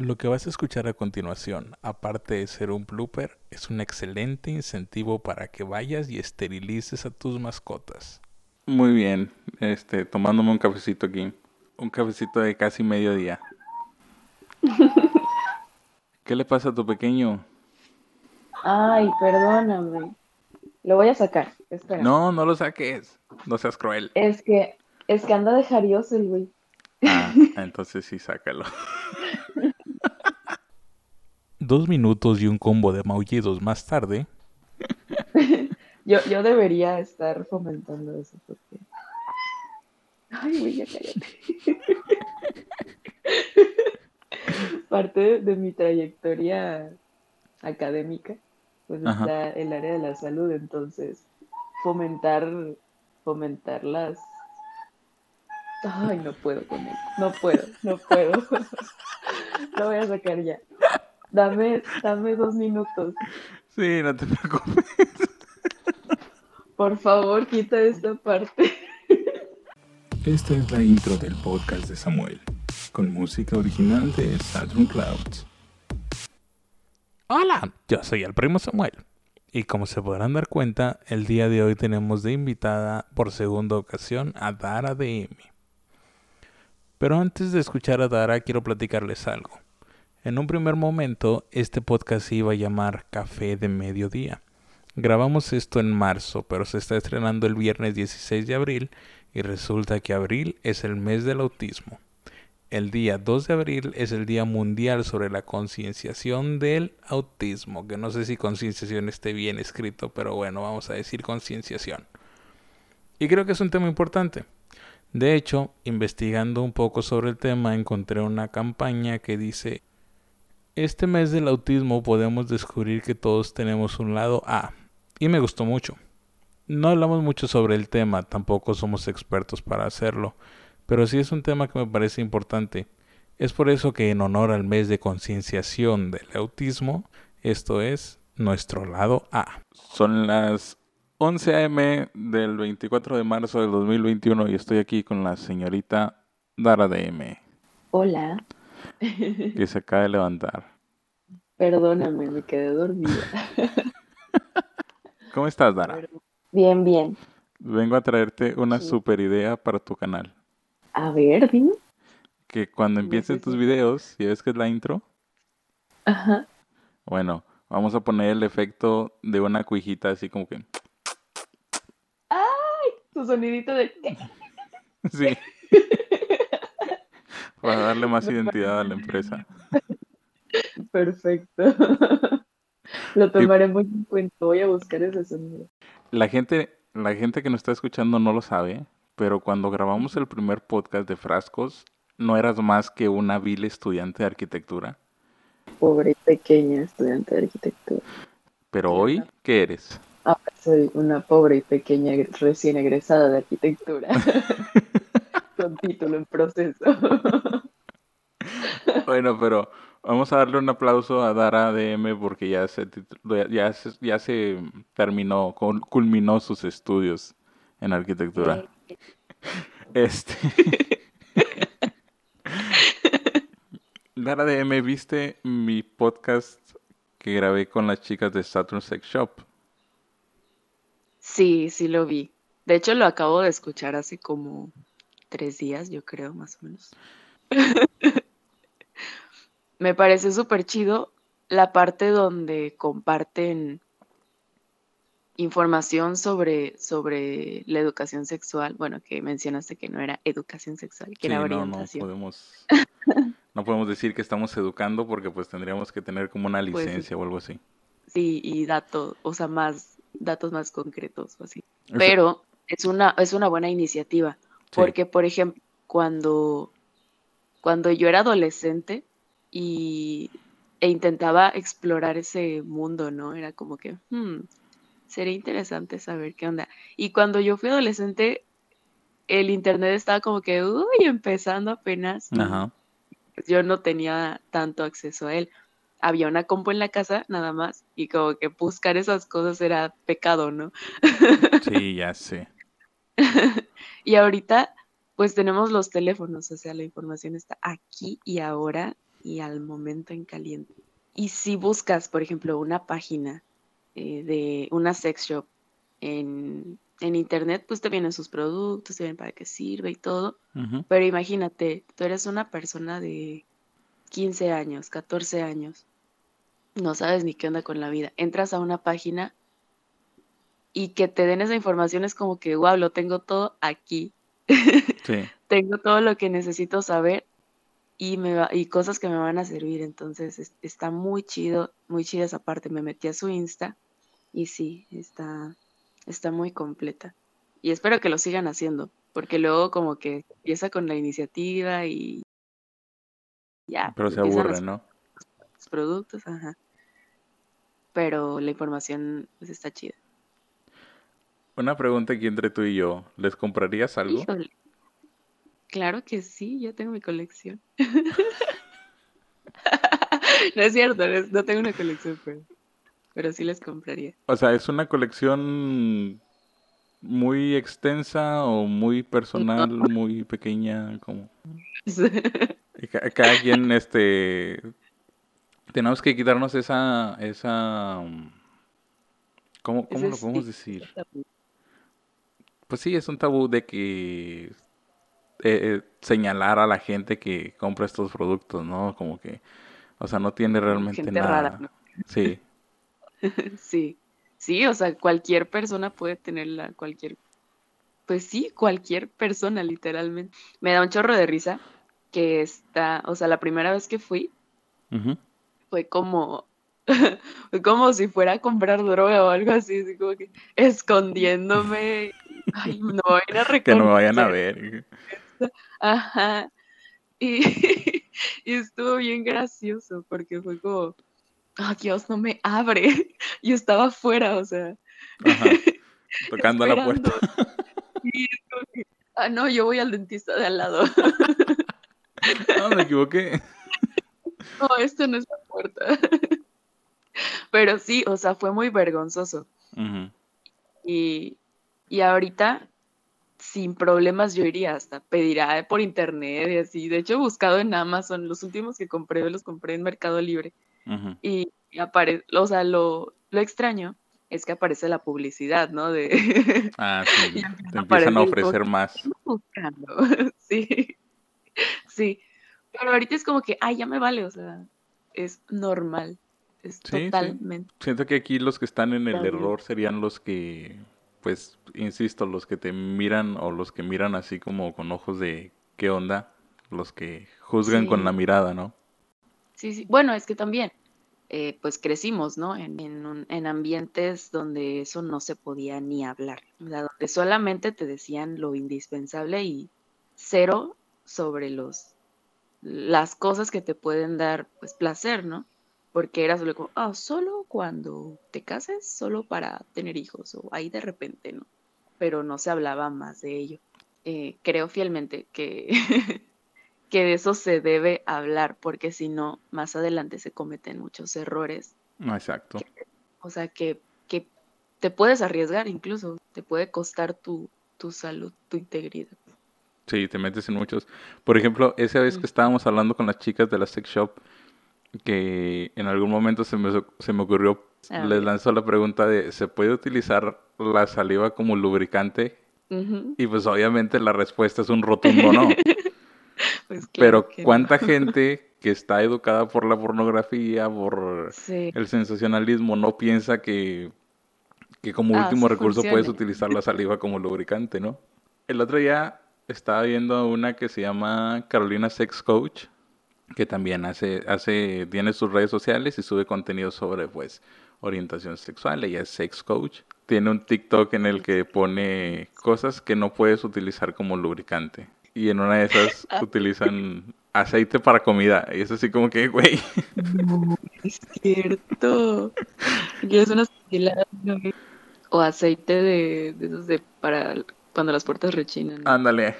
Lo que vas a escuchar a continuación, aparte de ser un blooper, es un excelente incentivo para que vayas y esterilices a tus mascotas. Muy bien, tomándome un cafecito aquí. Un cafecito de casi mediodía. ¿Qué le pasa a tu pequeño? Ay, perdóname. Lo voy a sacar. Espérame. No, no lo saques. No seas cruel. Es que, es que anda de jarioso el güey. Entonces sí, sácalo. 2 minutos y un combo de maullidos más tarde. Yo debería estar fomentando eso porque. Ay, güey, ya cállate. Parte de mi trayectoria académica, pues Ajá. está el área de la salud, entonces fomentar, fomentar las. Ay, no puedo con él. No puedo, no puedo. Lo voy a sacar ya. Dame 2 minutos. Sí, no te preocupes. Por favor, quita esta parte. Esta es la intro del podcast de Samuel, con música original de Saturn Clouds. Hola, yo soy el primo Samuel. Y como se podrán dar cuenta, el día de hoy tenemos de invitada por segunda ocasión a Dara DM. Pero antes de escuchar a Dara, quiero platicarles algo. En un primer momento, este podcast se iba a llamar Café de Mediodía. Grabamos esto en marzo, pero se está estrenando el viernes 16 de abril y resulta que abril es el mes del autismo. El día 2 de abril es el Día Mundial sobre la Concienciación del Autismo, que no sé si concienciación esté bien escrito, pero bueno, vamos a decir concienciación. Y creo que es un tema importante. De hecho, investigando un poco sobre el tema, encontré una campaña que dice: este mes del autismo podemos descubrir que todos tenemos un lado A. Y me gustó mucho. No hablamos mucho sobre el tema, tampoco somos expertos para hacerlo, pero sí es un tema que me parece importante. Es por eso que en honor al mes de concienciación del autismo, esto es nuestro lado A. Son las 11 a.m. del 24 de marzo del 2021 y estoy aquí con la señorita Dara DM, Hola. que se acaba de levantar. Perdóname, me quedé dormida. ¿Cómo estás, Dara? Pero bien, bien. Vengo a traerte una Aquí. super idea para tu canal. A ver, dime. Que cuando empiecen tus Necesito. videos, si ves que es la intro, Ajá. bueno, vamos a poner el efecto de una cuijita así como que, ¡Ay! Tu sonidito de. sí, para darle más Me identidad a la parece empresa. perfecto. Lo Y tomaré muy en cuenta. Voy a buscar ese sonido. la gente que nos está escuchando no lo sabe, pero cuando grabamos Ujú. el primer podcast de Frascos, no eras más que una vil estudiante de arquitectura. Pobre y pequeña estudiante de arquitectura. Pero Y hoy, ¿qué eres? ahora soy una pobre y pequeña recién egresada de arquitectura con título en proceso. Bueno, pero vamos a darle un aplauso a Dara DM porque ya se terminó, culminó sus estudios en arquitectura. Yay. Este, Dara DM, ¿viste mi podcast que grabé con las chicas de Saturn Sex Shop? Sí, sí lo vi. De hecho, lo acabo de escuchar hace como 3 días, yo creo, más o menos. Me parece súper chido la parte donde comparten información sobre la educación sexual. Bueno, que mencionaste que no era educación sexual, que era Sí, no, orientación. no podemos decir que estamos educando porque pues tendríamos que tener como una Pues licencia o algo así. sí, y datos, o sea, datos más concretos o así. Eso- Pero es una buena iniciativa, sí, porque, por ejemplo, cuando yo era adolescente y, e intentaba explorar ese mundo, ¿no? Era como que, sería interesante saber qué onda. Y cuando yo fui adolescente, el internet estaba como que, uy, empezando apenas y ajá, pues, yo no tenía tanto acceso a él. Había una compu en la casa nada más y como que buscar esas cosas era pecado, ¿no? sí, ya sé. Y ahorita pues tenemos los teléfonos, o sea, la información está aquí y ahora y al momento en caliente. Y si buscas, por ejemplo, una página de una sex shop en internet, pues te vienen sus productos, te vienen para qué sirve y todo. Ujú. Pero imagínate, tú eres una persona de 15 años, 14 años, no sabes ni qué onda con la vida. Entras a una página y que te den esa información es como que, wow, lo tengo todo aquí. Sí, Tengo todo lo que necesito saber y cosas que me van a servir. Entonces está muy chida esa parte. Me metí a su Insta y sí, está muy completa. Y espero que lo sigan haciendo, porque luego como que empieza con la iniciativa y ya, pero se empiezan aburre, los ¿no? productos, ajá. Pero la información pues está chida. Una pregunta aquí entre tú y yo. ¿Les comprarías algo? Híjole, claro que sí, yo tengo mi colección. No es cierto, no tengo una colección, pero sí les compraría. O sea, ¿es una colección muy extensa o muy personal, No. muy pequeña? Como... Y cada quien, tenemos que quitarnos ¿cómo Ese lo podemos estigma, decir? ese tabú. Pues sí, es un tabú de que señalar a la gente que compra estos productos, ¿no? Como que, o sea, no tiene realmente Gente rara, nada. ¿no? Sí, Sí, sí, o sea, cualquier persona puede tenerla, pues sí, cualquier persona, literalmente. Me da un chorro de risa que o sea, la primera vez que fui ujú. fue como, fue como si fuera a comprar droga o algo así como que escondiéndome. Ay, no me vayan a Que no me vayan a reconocer. ver. Ajá. Y, y estuvo bien gracioso porque fue como, oh Dios, no me abre. Yo estaba afuera, o sea, Ajá, tocando la puerta. esperando. Y es como que, no, yo voy al dentista de al lado. Ah, me equivoqué. No, esto no es la puerta. Pero sí, o sea, fue muy vergonzoso. Ujú, Y, y ahorita, sin problemas, yo iría hasta pedirá por internet y así. De hecho, he buscado en Amazon. Los últimos que compré, los compré en Mercado Libre. ujú. Y aparece, o sea, lo extraño es que aparece la publicidad, ¿no? De Ah, y sí, empieza te a empiezan a aparecer y como ofrecer que, ¿qué más. estamos buscando? Sí, sí. Pero ahorita es como que, ay, ya me vale, o sea, es normal, es Sí, sí. totalmente Siento que aquí los que están en el válido. error serían los que, pues, insisto, los que te miran o los que miran así como con ojos de ¿qué onda? Los que juzgan con la Sí, mirada, ¿no? sí, sí. Bueno, es que también, pues crecimos, ¿no? En ambientes donde eso no se podía ni hablar, o sea, donde solamente te decían lo indispensable y cero sobre las cosas que te pueden dar, pues, placer, ¿no? Porque era solo como, solo cuando te cases, solo para tener hijos, o ahí de repente, ¿no? Pero no se hablaba más de ello. Creo fielmente que, que de eso se debe hablar, porque si no, más adelante se cometen muchos errores, Ah, exacto. que, o sea, que te puedes arriesgar incluso, te puede costar tu salud, tu integridad. Sí, te metes en muchos. Por ejemplo, esa vez que Mm, estábamos hablando con las chicas de la sex shop, que en algún momento se me ocurrió, a les ver. lanzó la pregunta de, ¿se puede utilizar la saliva como lubricante? Ujú. Y pues obviamente la respuesta es un rotundo no. Pues claro Pero que no. ¿cuánta gente que está educada por la pornografía, por Sí. el sensacionalismo, no piensa que como último Sí recurso puedes funciona. utilizar la saliva como lubricante, ¿no? El otro día estaba viendo una que se llama Carolina Sex Coach, que también tiene sus redes sociales y sube contenido sobre, pues, orientación sexual. Ella es sex coach. Tiene un TikTok en el que pone cosas que no puedes utilizar como lubricante. Y en una de esas Ah, utilizan aceite para comida. Y es así como que, güey, no, es cierto. ¿Quieres unas enchiladas, no? O aceite de esos para cuando las puertas rechinan, ¿no? ándale.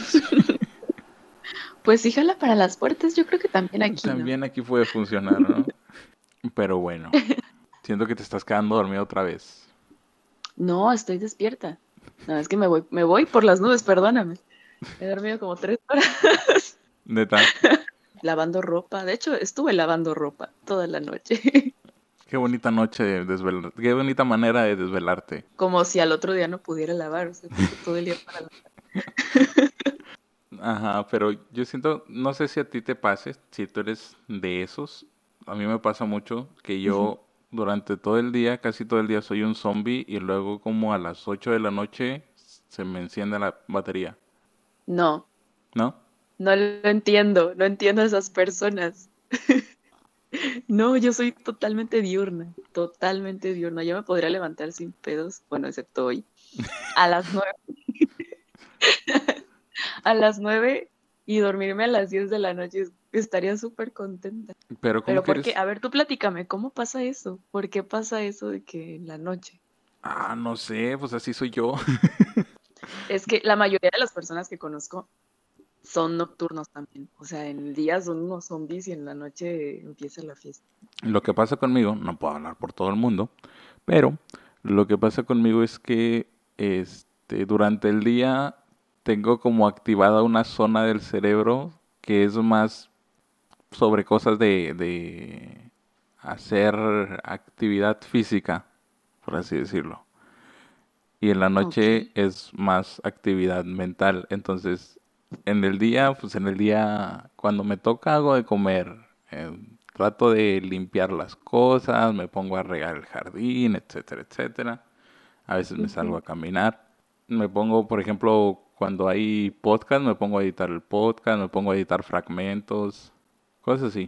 Pues sí, jala para las puertas, yo creo que también aquí, ¿no? También aquí puede funcionar, ¿no? Pero bueno, siento que te estás quedando dormido otra vez. No, estoy despierta. No, es que me voy por las nubes, perdóname. He dormido como 3 horas. Neta. lavando ropa. De hecho, estuve lavando ropa toda la noche. Qué bonita noche de desvelar, qué bonita manera de desvelarte. Como si al otro día no pudiera lavar. O sea, tengo todo el día para lavar. Ajá, pero yo siento, no sé si a ti te pase, si tú eres de esos, a mí me pasa mucho que yo durante todo el día, casi todo el día soy un zombie y luego como a las 8 de la noche se me enciende la batería, No, ¿no? no lo entiendo. No entiendo a esas personas. No, yo soy totalmente diurna. Totalmente diurna. Yo me podría levantar sin pedos. Bueno, excepto hoy. A las 9. A las 9 y dormirme a las 10 de la noche. Estaría súper contenta. Pero ¿cómo Pero ¿por qué? quieres? A ver, tú platícame, ¿cómo pasa eso? ¿Por qué pasa eso de que en la noche? Ah, no sé, pues así soy yo. Es que la mayoría de las personas que conozco son nocturnos también. O sea, en el día son unos zombies y en la noche empieza la fiesta. Lo que pasa conmigo, no puedo hablar por todo el mundo, pero lo que pasa conmigo es que durante el día tengo como activada una zona del cerebro que es más sobre cosas de hacer actividad física, por así decirlo. Y en la Ok. noche es más actividad mental. Entonces, en el día, pues en el día, cuando me toca algo de comer, trato de limpiar las cosas, me pongo a regar el jardín, etcétera, etcétera. A veces me salgo Ujú. a caminar. Me pongo, por ejemplo, cuando hay podcast, me pongo a editar el podcast, me pongo a editar fragmentos, cosas así.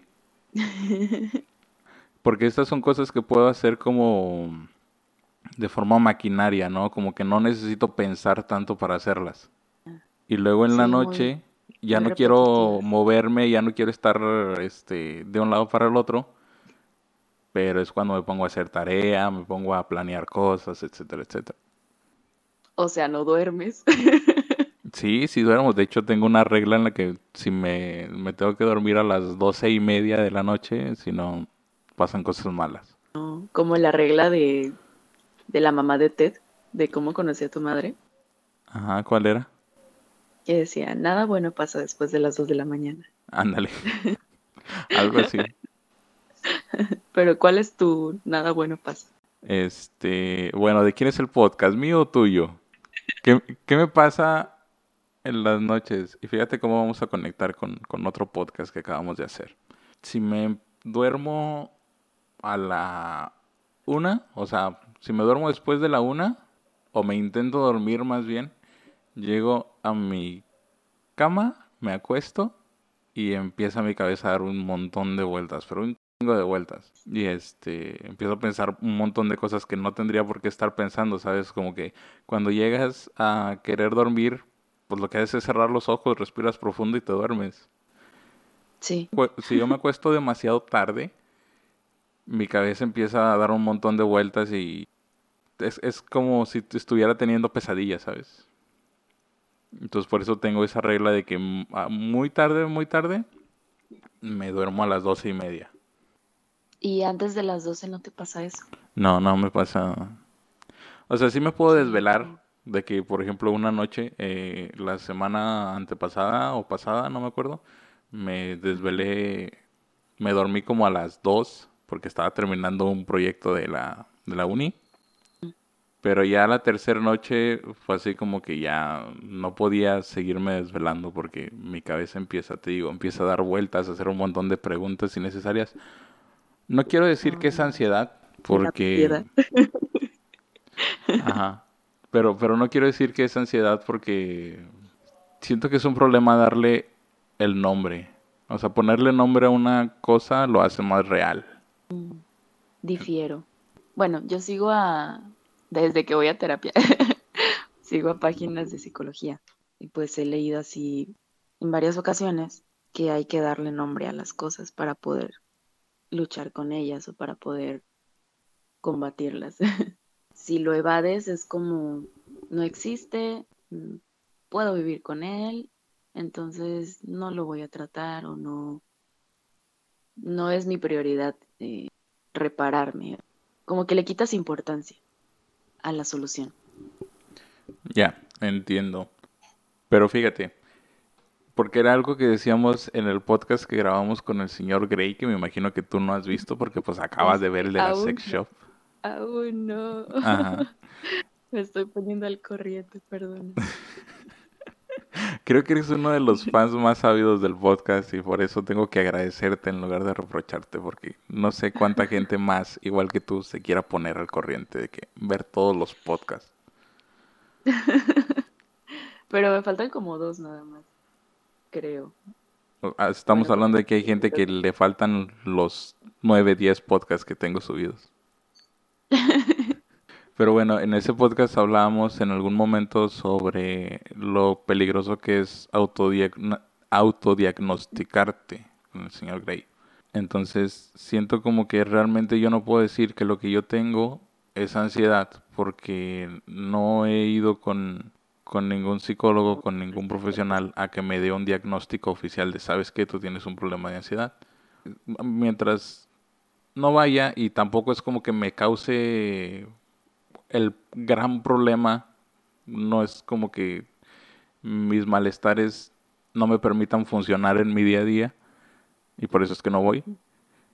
Porque estas son cosas que puedo hacer como de forma maquinaria, ¿no? Como que no necesito pensar tanto para hacerlas. Y luego en la Sí, muy, noche ya muy no quiero repetitivas. moverme, ya no quiero estar de un lado para el otro, pero es cuando me pongo a hacer tarea, me pongo a planear cosas, etcétera, etcétera. O sea, no duermes. Sí, sí duermo. De hecho, tengo una regla en la que si me tengo que dormir a las 12:30 de la noche, si no, pasan cosas malas. Como la regla de la mamá de Ted, de cómo conocí a tu madre, Ajá, ¿cuál era? que decía, nada bueno pasa después de las 2 de la mañana. Ándale, algo así. Pero ¿cuál es tu nada bueno pasa? Bueno, ¿de quién es el podcast? ¿Mío o tuyo? ¿Qué me pasa en las noches? Y fíjate cómo vamos a conectar con otro podcast que acabamos de hacer. Si me duermo a la 1, o sea, si me duermo después de la 1, o me intento dormir más bien, llego a mi cama, me acuesto y empieza mi cabeza a dar un montón de vueltas, pero un chingo de vueltas. Y empiezo a pensar un montón de cosas que no tendría por qué estar pensando, ¿sabes? Como que cuando llegas a querer dormir, pues lo que haces es cerrar los ojos, respiras profundo y te duermes. Sí. Si yo me acuesto demasiado tarde, mi cabeza empieza a dar un montón de vueltas y es como si estuviera teniendo pesadillas, ¿sabes? Entonces por eso tengo esa regla de que muy tarde, me duermo a las 12:30. Y antes de las 12 no te pasa eso. No, no me pasa. O sea, sí me puedo Qué desvelar loco. de que, por ejemplo, una noche, la semana antepasada o pasada, no me acuerdo, me Ujú. desvelé, me dormí como a las 2 porque estaba terminando un proyecto de la uni. Pero ya la tercera noche fue así como que ya no podía seguirme desvelando porque mi cabeza empieza, te digo, empieza a dar vueltas, a hacer un montón de preguntas innecesarias. No quiero decir que Ay, es no. ansiedad, Me da porque, piedad. ajá, pero no quiero decir que es ansiedad porque siento que es un problema darle el nombre. O sea, ponerle nombre a una cosa lo hace más real. Difiero. Bueno, yo desde que voy a terapia, sigo a páginas de psicología y pues he leído así en varias ocasiones que hay que darle nombre a las cosas para poder luchar con ellas o para poder combatirlas. Si lo evades es como no existe, puedo vivir con él, entonces no lo voy a tratar o no es mi prioridad repararme. Como que le quitas importancia a la solución. Ya, entiendo. Pero fíjate, Porque era algo que decíamos en el podcast que grabamos con el señor Grey, que me imagino que tú no has visto porque pues acabas de ver el de la sex Aún no, shop. aún no. Ajá. Me estoy poniendo al corriente, perdón. Creo que eres uno de los fans más ávidos del podcast y por eso tengo que agradecerte en lugar de reprocharte, porque no sé cuánta gente más, igual que tú, se quiera poner al corriente de que ver todos los podcasts. Pero me faltan como dos nada más, creo. Estamos Bueno, porque hablando de que hay gente que le faltan los 9, 10 podcasts que tengo subidos. Pero bueno, en ese podcast hablábamos en algún momento sobre lo peligroso que es autodiagnosticarte con el señor Grey. Entonces siento como que realmente yo no puedo decir que lo que yo tengo es ansiedad porque no he ido con ningún psicólogo, con ningún profesional a que me dé un diagnóstico oficial de, sabes que tú tienes un problema de ansiedad. Mientras no vaya y tampoco es como que me cause el gran problema, no es como que mis malestares no me permitan funcionar en mi día a día y por eso es que no voy. Ujú.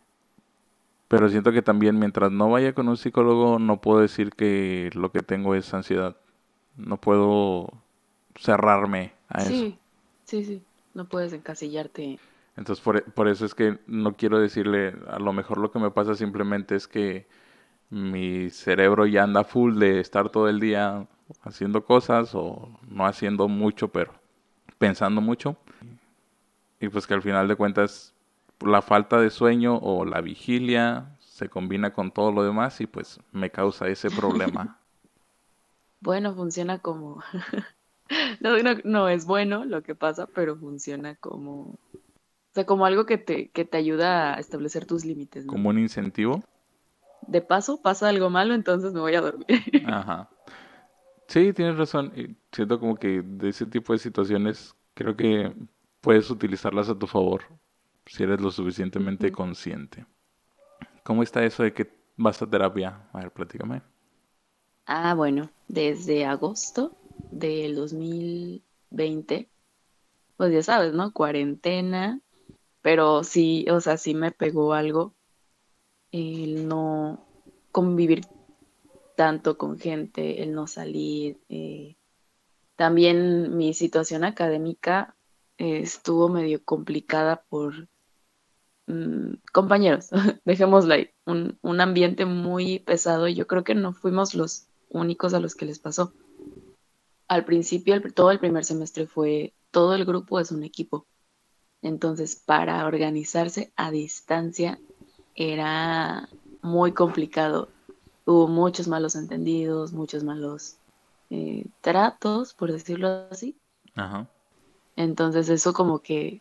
Pero siento que también mientras no vaya con un psicólogo no puedo decir que lo que tengo es ansiedad. No puedo cerrarme a eso. Sí, sí, sí. No puedes encasillarte. Entonces por eso es que no quiero decirle, a lo mejor lo que me pasa simplemente es que mi cerebro ya anda full de estar todo el día haciendo cosas o no haciendo mucho, pero pensando mucho. Y pues que al final de cuentas la falta de sueño o la vigilia se combina con todo lo demás y pues me causa ese problema. Bueno, funciona como... No, no, no es bueno lo que pasa, pero funciona como... O sea, como algo que te ayuda a establecer tus límites, ¿no? Como un incentivo. De paso, pasa algo malo, entonces me voy a dormir. Ajá. Sí, tienes razón. Y siento como que de ese tipo de situaciones creo que puedes utilizarlas a tu favor si eres lo suficientemente Ujú. consciente. ¿Cómo está eso de que vas a terapia? A ver, platícame. Ah, bueno, desde agosto del 2020, pues ya sabes, ¿no? Cuarentena, pero sí, o sea, sí me pegó algo el no convivir tanto con gente, el no salir. También mi situación académica estuvo medio complicada por compañeros, dejémoslo ahí, un ambiente muy pesado y yo creo que no fuimos los únicos a los que les pasó. Al principio, todo el primer semestre fue, todo el grupo es un equipo. Entonces, para organizarse a distancia era muy complicado. Hubo muchos malos entendidos, muchos malos tratos, por decirlo así. Ajá. Entonces, eso como que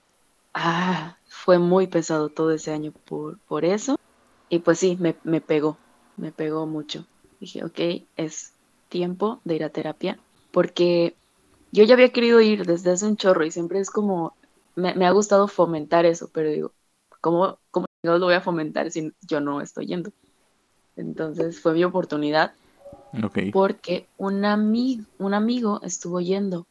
fue muy pesado todo ese año por eso. Y pues sí, me pegó mucho. Dije, ok, es tiempo de ir a terapia, porque yo ya había querido ir desde hace un chorro y siempre es como, me ha gustado fomentar eso, pero digo, ¿cómo no lo voy a fomentar si yo no estoy yendo? Entonces fue mi oportunidad Ok. porque un amigo estuvo yendo,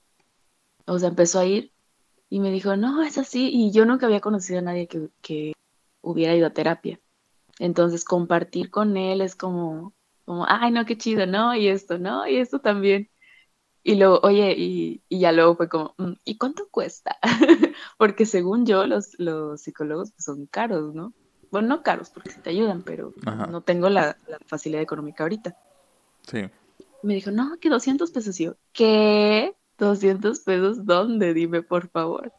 o sea, empezó a ir y me dijo, no, es así, y yo nunca había conocido a nadie que hubiera ido a terapia. Entonces compartir con él es como, ay, no, qué chido, no, y esto, no, y esto también. Y luego, oye, y ya luego fue como, ¿y cuánto cuesta? Porque según yo, los psicólogos pues, son caros, ¿no? Bueno, no caros porque sí te ayudan, pero Ajá. no tengo la facilidad económica ahorita. Sí. Me dijo, no, que 200 pesos. Y yo, ¿qué? ¿200 pesos? ¿Dónde? Dime, por favor.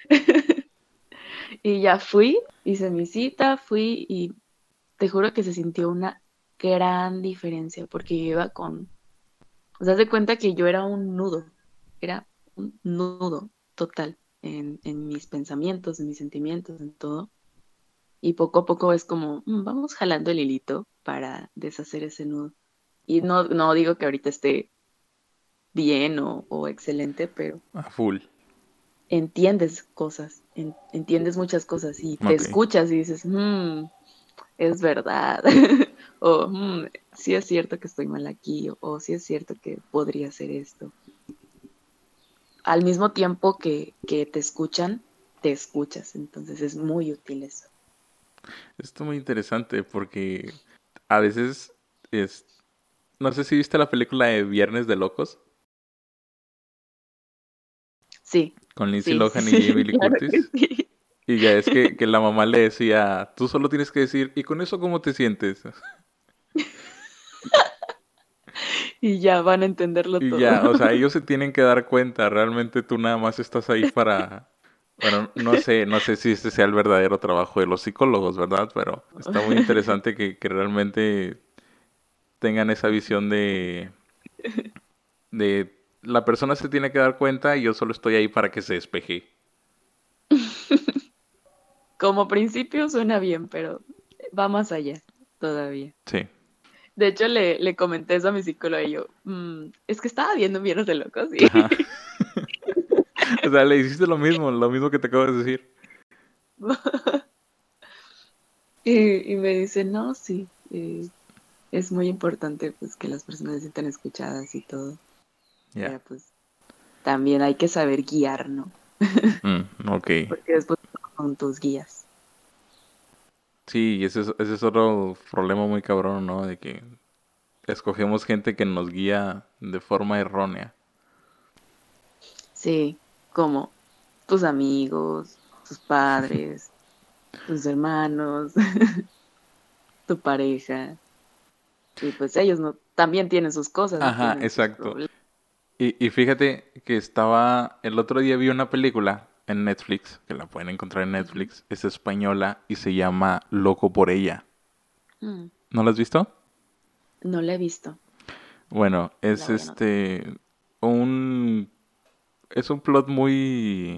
Y ya fui, hice mi cita, fui y te juro que se sintió una gran diferencia porque yo iba con, o sea, haz de cuenta que yo era un nudo total en mis pensamientos, en mis sentimientos, en todo. Y poco a poco es como, vamos jalando el hilito para deshacer ese nudo. Y no digo que ahorita esté bien o excelente, pero A full. entiendes cosas, entiendes muchas cosas y te Ok. escuchas y dices, es verdad. O sí es cierto que estoy mal aquí, o sí es cierto que podría hacer esto. al mismo tiempo que te escuchas. Entonces es muy útil eso. Esto es muy interesante porque a veces es... No sé si viste la película de Viernes de Locos Sí, con Lindsay sí, sí, Lohan y sí, Jamie Lee claro que Curtis. sí. Y ya es que la mamá le decía, tú solo tienes que decir, ¿y con eso cómo te sientes? Y ya van a entenderlo Y todo. ya, o sea, ellos se tienen que dar cuenta, realmente tú nada más estás ahí para... Bueno, no sé si este sea el verdadero trabajo de los psicólogos, ¿verdad? Pero está muy interesante que realmente tengan esa visión de la persona se tiene que dar cuenta y yo solo estoy ahí para que se despeje. Como principio suena bien, pero va más allá todavía. Sí. De hecho, le comenté eso a mi psicólogo y yo, es que estaba viendo Viernes de Locos y, Ajá. O sea, le hiciste lo mismo que te acabo de decir. y me dice, no, sí, es muy importante pues que las personas se sientan escuchadas y todo, Ya. pero pues también hay que saber guiar, ¿no? Ok. Porque después son tus guías. Sí, y ese es otro problema muy cabrón, ¿no? De que escogemos gente que nos guía de forma errónea. Sí, como tus amigos, tus padres, tus hermanos, tu pareja. Y pues ellos no, también tienen sus cosas y Ajá, tienen sus exacto. problemas. Y fíjate que el otro día vi una película en Netflix, que la pueden encontrar en Ujú. Netflix, es española y se llama Loco por ella. Mm, ¿No la has visto? no la he visto, Bueno, la voy a anotar. un, es un plot muy,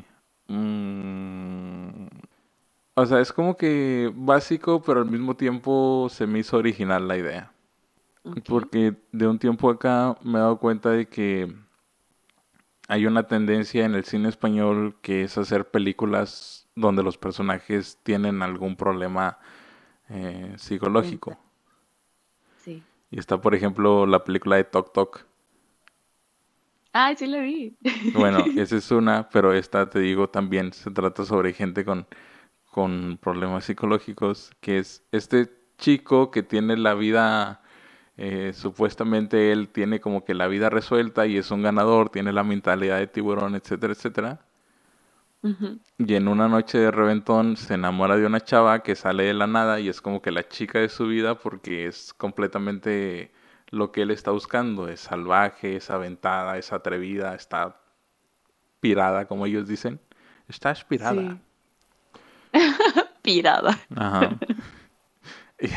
mm, o sea, es como que básico, pero al mismo tiempo se me hizo original la idea. Ok, Porque de un tiempo acá me he dado cuenta de que hay una tendencia en el cine español que es hacer películas donde los personajes tienen algún problema psicológico. mental, sí. Y está, por ejemplo, la película de Tok Tok. Ay, sí la vi. Bueno, esa es una, pero esta, te digo, también se trata sobre gente con problemas psicológicos, que es este chico que tiene la vida, supuestamente él tiene como que la vida resuelta y es un ganador, tiene la mentalidad de tiburón, etcétera, etcétera. Ujú. Y en una noche de reventón se enamora de una chava que sale de la nada y es como que la chica de su vida porque es completamente lo que él está buscando. Es salvaje, es aventada, es atrevida, está pirada, como ellos dicen. Está aspirada. Sí, pirada. Ajá. Y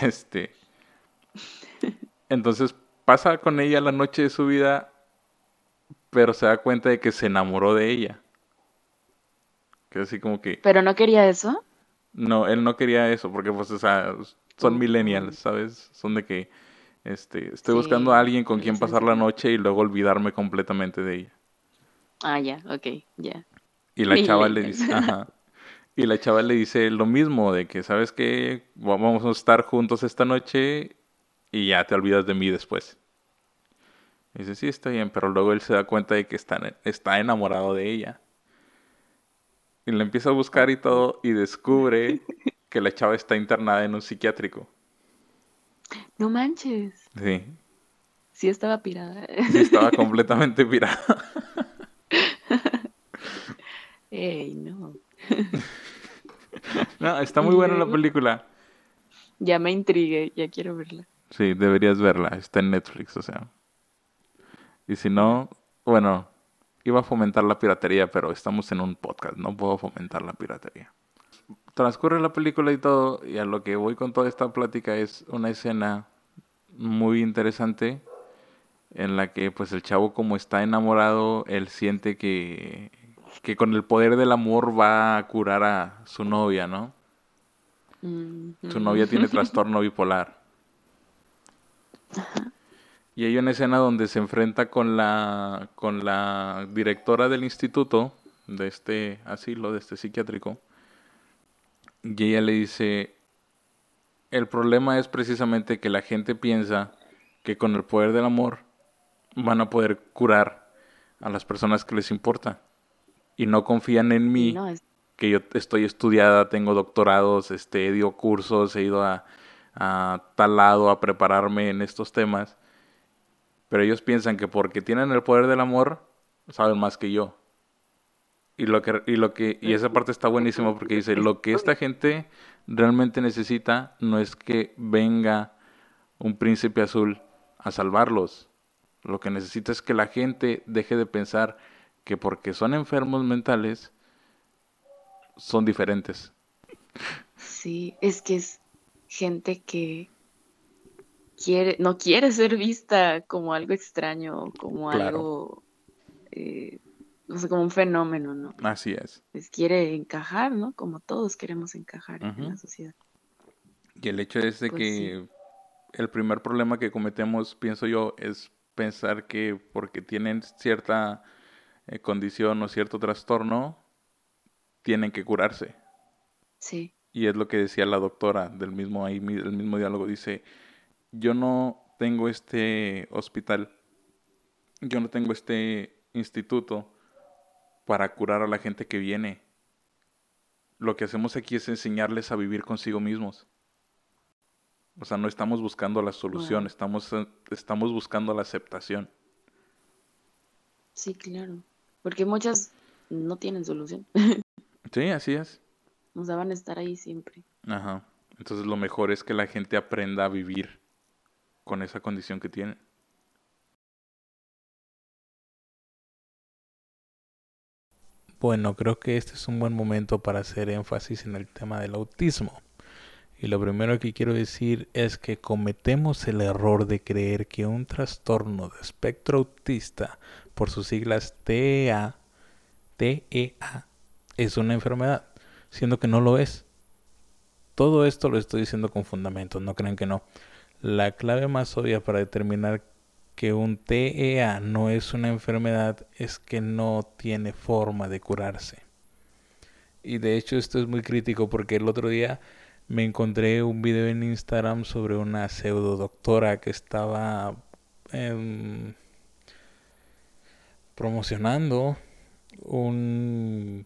entonces pasa con ella la noche de su vida, pero se da cuenta de que se enamoró de ella. Que así como que, Pero no quería eso. no, él no quería eso, porque pues, o sea, son Oh, millennials, ¿sabes? Son de que, estoy buscando a sí, alguien con quien pasar adolescencia. la noche y luego olvidarme completamente de ella. Ah, ya, ok, ya. Y la chava le Millennials. dice, ajá, y la chava le dice lo mismo, de que, ¿sabes qué? Vamos a estar juntos esta noche y ya te olvidas de mí después. Y dice, sí, está bien, pero luego él se da cuenta de que está enamorado de ella. Y la empieza a buscar y Oh. todo y descubre que la chava está internada en un psiquiátrico. No manches. Sí, Sí estaba pirada. sí, estaba completamente pirada. Ey, no. No, está muy Y buena la luego, película. ya me intrigué, ya quiero verla. Sí, deberías verla, está en Netflix, o sea. Y si Va. no, bueno, iba a fomentar la piratería, pero estamos en un podcast, no puedo fomentar la piratería. Transcurre la película y todo, y a lo que voy con toda esta plática es una escena muy interesante en la que pues el chavo como está enamorado, él siente que con el poder del amor va a curar a su novia, ¿no? Su Ujú. novia tiene trastorno bipolar. Y hay una escena donde se enfrenta con la directora del instituto, de este asilo, de este psiquiátrico, y ella le dice, el problema es precisamente que la gente piensa que con el poder del amor van a poder curar a las personas que les importa. y no confían en Sí, mí, no, que yo estoy estudiada, tengo doctorados, he ido a cursos, he ido a tal lado a prepararme en estos temas, pero ellos piensan que porque tienen el poder del amor, saben más que yo. Y esa parte está buenísima porque dice, lo que esta gente realmente necesita no es que venga un príncipe azul a salvarlos. Lo que necesita es que la gente deje de pensar que porque son enfermos mentales son diferentes. sí, es que es gente que no quiere ser vista como algo extraño, como Claro, algo, no sé, como un fenómeno, ¿no? así es. Pues quiere encajar, ¿no? Como todos queremos encajar en Ujú. la sociedad. Y el hecho es de Pues sí, que el primer problema que cometemos, pienso yo, es pensar que porque tienen cierta condición o cierto trastorno, tienen que curarse. sí, Y es lo que decía la doctora del mismo ahí, el mismo diálogo. Dice, yo no tengo este hospital, yo no tengo este instituto para curar a la gente que viene. Lo que hacemos aquí es enseñarles a vivir consigo mismos. O sea, no estamos buscando la solución, wow, estamos buscando la aceptación. sí, claro. Porque muchas no tienen solución. Sí, así es. O sea, van a estar ahí siempre. Ajá. Entonces lo mejor es que la gente aprenda a vivir con esa condición que tiene. Bueno, creo que este es un buen momento para hacer énfasis en el tema del autismo. Y lo primero que quiero decir es que cometemos el error de creer que un trastorno de espectro autista, por sus siglas TEA, es una enfermedad, siendo que no lo es. Todo esto lo estoy diciendo con fundamentos, no crean que no. La clave más obvia para determinar que un TEA no es una enfermedad es que no tiene forma de curarse. Y de hecho esto es muy crítico porque el otro día me encontré un video en Instagram sobre una pseudo doctora que estaba em, promocionando un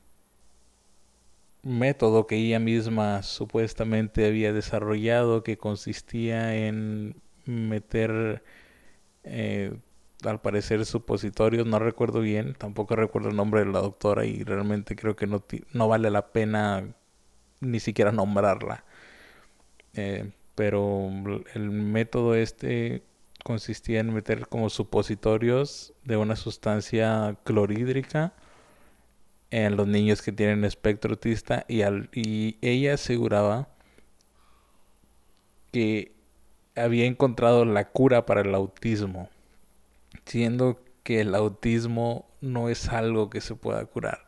método que ella misma supuestamente había desarrollado que consistía en meter eh, al parecer supositorios, no recuerdo bien, tampoco recuerdo el nombre de la doctora y realmente creo que no vale la pena ni siquiera nombrarla. Pero el método este consistía en meter como supositorios de una sustancia clorhídrica en los niños que tienen espectro autista y ella aseguraba que había encontrado la cura para el autismo, siendo que el autismo no es algo que se pueda curar.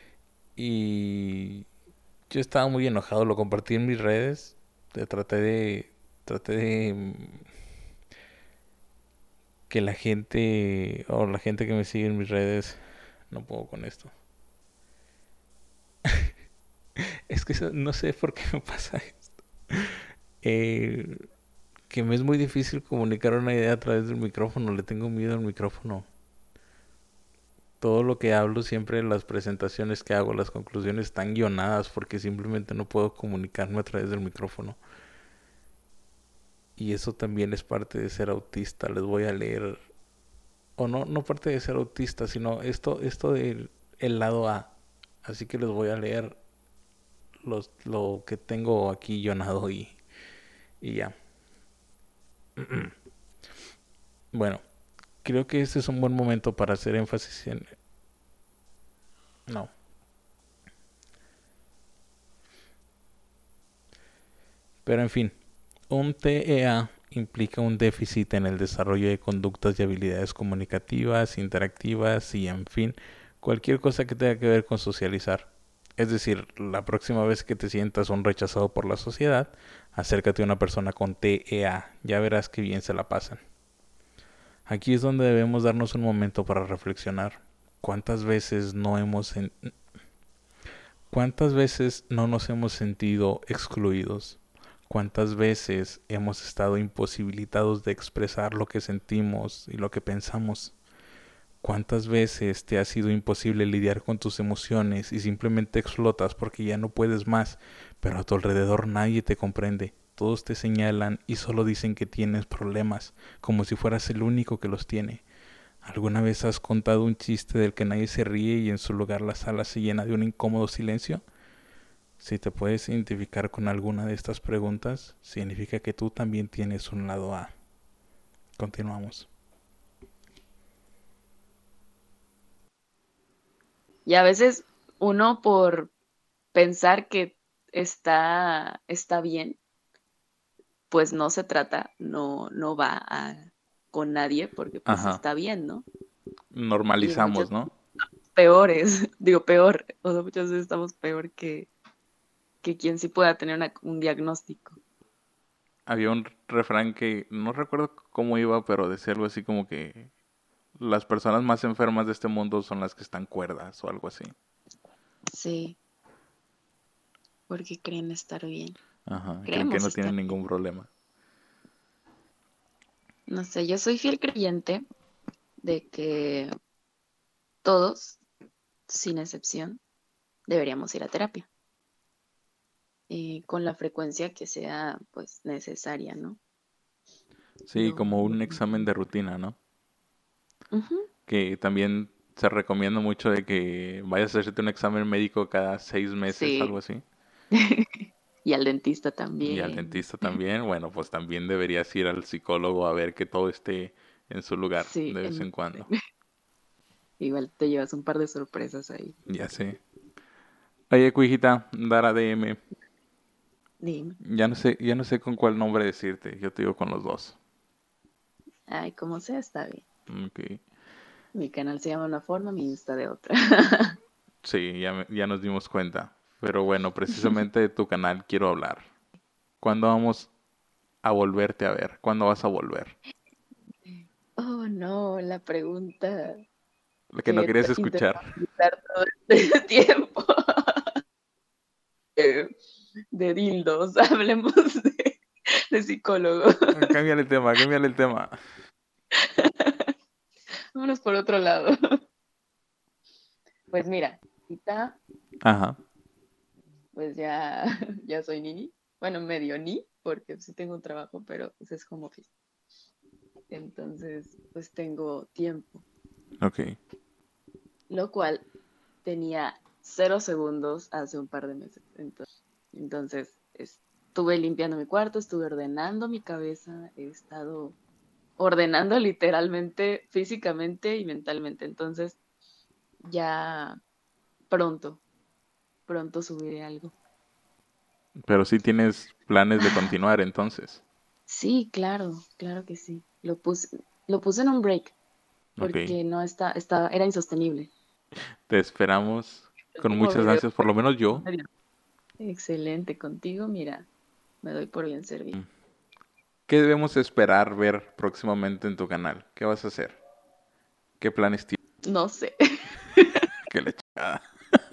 Y yo estaba muy enojado, lo compartí en mis redes, traté de que la gente o la gente que me sigue en mis redes, no puedo con esto. Es que no sé por qué me pasa esto. Eh, que me es muy difícil comunicar una idea a través del micrófono, le tengo miedo al micrófono. Todo lo que hablo siempre, las presentaciones que hago, las conclusiones están guionadas porque simplemente no puedo comunicarme a través del micrófono. Y eso también es parte de ser autista. Les voy a leer, o no, no parte de ser autista, sino esto del el lado A. Así que les voy a leer lo que tengo aquí guionado y ya. Bueno, creo que este es un buen momento para hacer énfasis en... No. Pero en fin, un TEA implica un déficit en el desarrollo de conductas y habilidades comunicativas, interactivas y, en fin, cualquier cosa que tenga que ver con socializar. Es decir, la próxima vez que te sientas un rechazado por la sociedad, acércate a una persona con TEA, ya verás que bien se la pasan. Aquí es donde debemos darnos un momento para reflexionar. ¿Cuántas veces ¿Cuántas veces no nos hemos sentido excluidos? ¿Cuántas veces hemos estado imposibilitados de expresar lo que sentimos y lo que pensamos? ¿Cuántas veces te ha sido imposible lidiar con tus emociones y simplemente explotas porque ya no puedes más, pero a tu alrededor nadie te comprende? Todos te señalan y solo dicen que tienes problemas, como si fueras el único que los tiene. ¿Alguna vez has contado un chiste del que nadie se ríe y en su lugar la sala se llena de un incómodo silencio? Si te puedes identificar con alguna de estas preguntas, significa que tú también tienes un lado A. Continuamos. Y a veces uno por pensar que está bien, pues no se trata, no va con nadie porque pues Ajá. está bien, ¿no? Y muchas Normalizamos, ¿no? peores, digo peor, o sea, muchas veces estamos peor que quien sí pueda tener un diagnóstico. Había un refrán que no recuerdo cómo iba, pero decía algo así como que las personas más enfermas de este mundo son las que están cuerdas o algo así. Sí, porque creen estar bien. Ajá, creen que Creemos no estar tienen bien. ningún problema. No sé, yo soy fiel creyente de que todos, sin excepción, deberíamos ir a terapia. Con la frecuencia que sea pues necesaria, ¿no? Sí, Lo, como lo- un examen de rutina, ¿no? Ujú. Que también se recomienda mucho de que vayas a hacerte un examen médico cada 6 meses, Sí. algo así. Y al dentista Y al también. dentista también. Bueno, pues también deberías ir al psicólogo a ver que todo esté en su lugar Sí, de vez en cuando. igual te llevas un par de sorpresas ahí. Ya sé. Oye, cuijita, Dara DM. Dime. Ya no sé con cuál nombre decirte. Yo te digo con los dos. Ay, como sea, está bien. Ok. Mi canal se llama una forma, mi Insta de otra. Sí, ya nos dimos cuenta. Pero bueno, precisamente de tu canal quiero hablar. ¿Cuándo vamos a volverte a ver? ¿Cuándo vas a volver? Oh, no, la pregunta Lo que no que querías escuchar. intentamos evitar todo este tiempo. Eh, de dildos, hablemos de psicólogo. Cámbiale el tema, cámbiale el tema. Vámonos por otro lado. Pues mira, ahorita Ajá. pues ya, ya soy nini. Bueno, medio ni, porque sí tengo un trabajo, pero pues es como office. Entonces, pues tengo tiempo, Ok. lo cual tenía 0 segundos hace un par de meses. Entonces, estuve limpiando mi cuarto, estuve ordenando mi cabeza, he estado ordenando literalmente, físicamente y mentalmente. Entonces, ya pronto, pronto subiré algo. Pero sí tienes planes de Ah, continuar entonces. sí, claro, claro que sí. Lo puse en un break Ok. porque no era insostenible. Te esperamos El con último muchas video ansias, por fue lo menos yo. medio excelente contigo, mira, me doy por bien servido. ¿Qué debemos esperar ver próximamente en tu canal? ¿Qué vas a hacer? ¿Qué planes tienes? No sé. ¿Qué le chingada?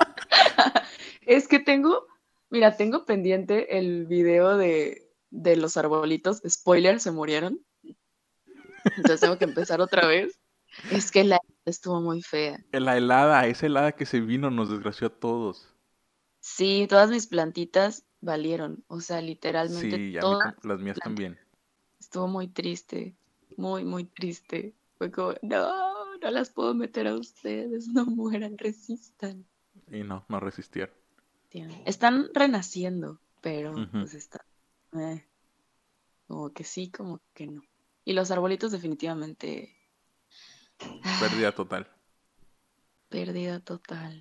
Es que mira, tengo pendiente el video de los arbolitos. Spoiler, se murieron. Entonces tengo que empezar otra vez. Es que la estuvo muy fea. La helada, esa helada que se vino nos desgració a todos. Sí, todas mis plantitas valieron. O sea, literalmente Sí, todas las mías las plantitas. también. Estuvo muy triste. Muy, muy triste. Fue como, no las puedo meter a ustedes. No mueran, resistan. Y no, no resistieron. Están renaciendo, pero Ujú. pues están. eh, Como que sí, como que no. Y los arbolitos definitivamente. Pérdida Ay, total. pérdida total.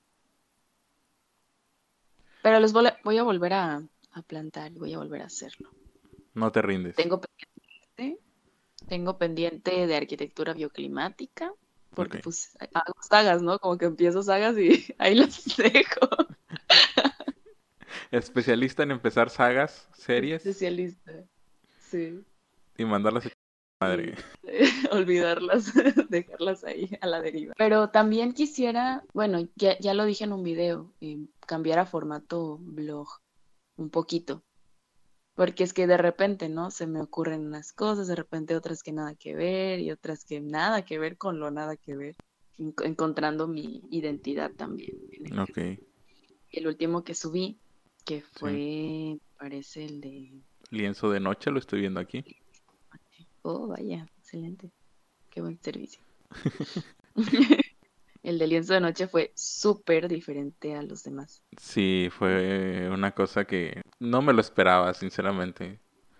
Pero voy a volver a plantar y voy a volver a hacerlo. No te rindes. Tengo pendiente, tengo pendiente de arquitectura bioclimática, Ok. porque pues hago sagas, ¿no? Como que empiezo sagas y ahí las dejo. Especialista en empezar sagas, series Especialista. Sí. y mandarlas a madre. Y olvidarlas, dejarlas ahí a la deriva. Pero también quisiera, bueno, ya lo dije en un video, cambiar a formato blog un poquito. Porque es que de repente, ¿no? Se me ocurren unas cosas, de repente otras que nada que ver y otras que nada que ver con lo nada que ver, encontrando mi identidad también en el Ok, libro. Y el último que subí, que sí. fue, parece el de... Lienzo de noche, lo estoy viendo aquí. Oh, vaya, excelente, qué buen servicio. El de lienzo de noche fue súper diferente a los demás. Sí, fue una cosa que no me lo esperaba, sinceramente.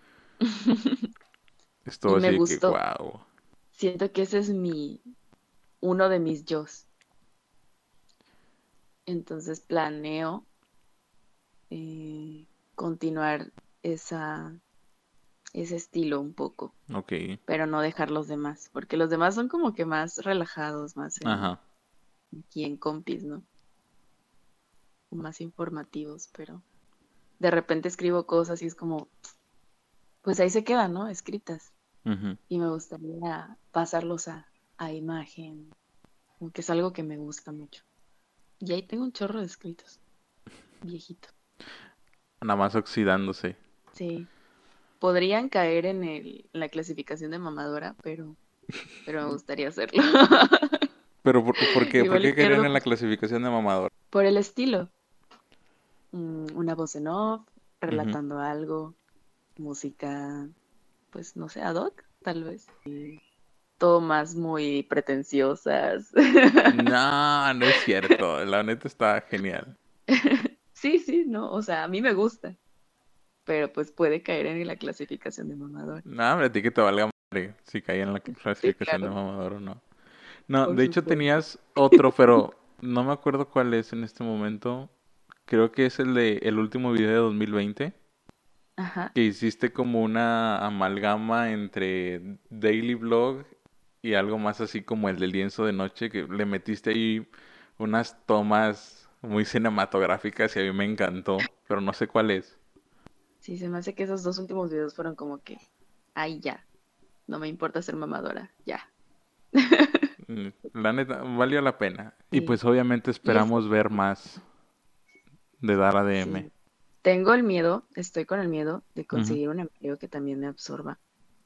Estuvo Y así me de que, gustó. wow. Siento que ese es uno de mis yos. Entonces planeo continuar esa, ese estilo un poco, Ok, pero no dejar los demás, porque los demás son como que más relajados, más ajá. aquí en compis, ¿no? Más informativos, pero de repente escribo cosas y es como, pues ahí se quedan, ¿no? Escritas. Ujú. Y me gustaría pasarlos a imagen, como que es algo que me gusta mucho. Y ahí tengo un chorro de escritos, viejito. Nada más oxidándose. Sí, podrían caer en la clasificación de mamadora, pero me gustaría hacerlo. Pero ¿por qué? ¿Por Igual y qué querían pierdo en la clasificación de mamador? por el estilo. Una voz en off, Ujú. relatando algo, música, pues no sé, ad hoc, tal vez. Tomas muy pretenciosas. No, no es cierto. La neta está genial. Sí, sí, no, o sea, a mí me gusta, pero pues puede caer en la clasificación de mamador. No, hombre, a ti que te valga madre si cae en la Sí, clasificación de claro, mamador o no. No, por de hecho supuesto. tenías otro, pero no me acuerdo cuál es en este momento. Creo que es el de el último video de 2020, Ajá. que hiciste como una amalgama entre daily vlog y algo más así como el del lienzo de noche, que le metiste ahí unas tomas muy cinematográficas y a mí me encantó, pero no sé cuál es. Sí, se me hace que esos dos últimos videos fueron como que, ay, ya, no me importa ser mamadora, ya. La neta, valió la pena. Y Sí. pues obviamente Y es que, esperamos ver más de Dara DM. sí, tengo el miedo, estoy con el miedo de Ujú. conseguir un empleo que también me absorba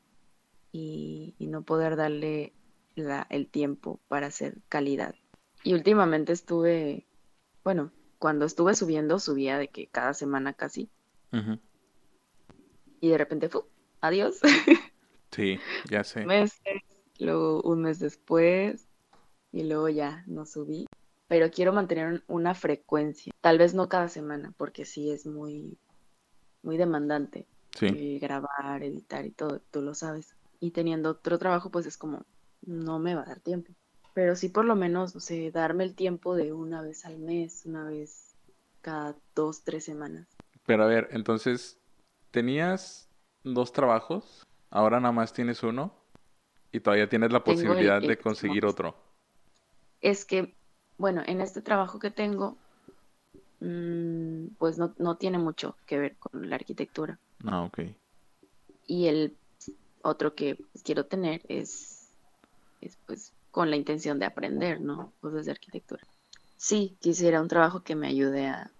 y no poder darle el tiempo para hacer calidad. Y últimamente estuve, bueno, cuando estuve subiendo, subía de que cada semana casi, Ujú. y de repente, ¡fu! Adiós. Sí, ya sé. Meses, luego un mes después, y luego ya no subí. Pero quiero mantener una frecuencia, tal vez no cada semana, porque sí es muy demandante Sí. grabar, editar y todo, tú lo sabes. Y teniendo otro trabajo, pues es como, no me va a dar tiempo. Pero sí por lo menos, no sé, darme el tiempo de una vez al mes, una vez cada 2, 3 semanas. Pero a ver, entonces, ¿tenías dos trabajos? Ahora nada más tienes uno y todavía tienes la Tengo el, posibilidad el de que se llama conseguir otro. es que, bueno, en este trabajo que tengo, pues no tiene mucho que ver con la arquitectura. Ah, ok. Y el otro que pues, quiero tener es pues con la intención de aprender, ¿no? Cosas de arquitectura. Sí, quisiera un trabajo que me ayude a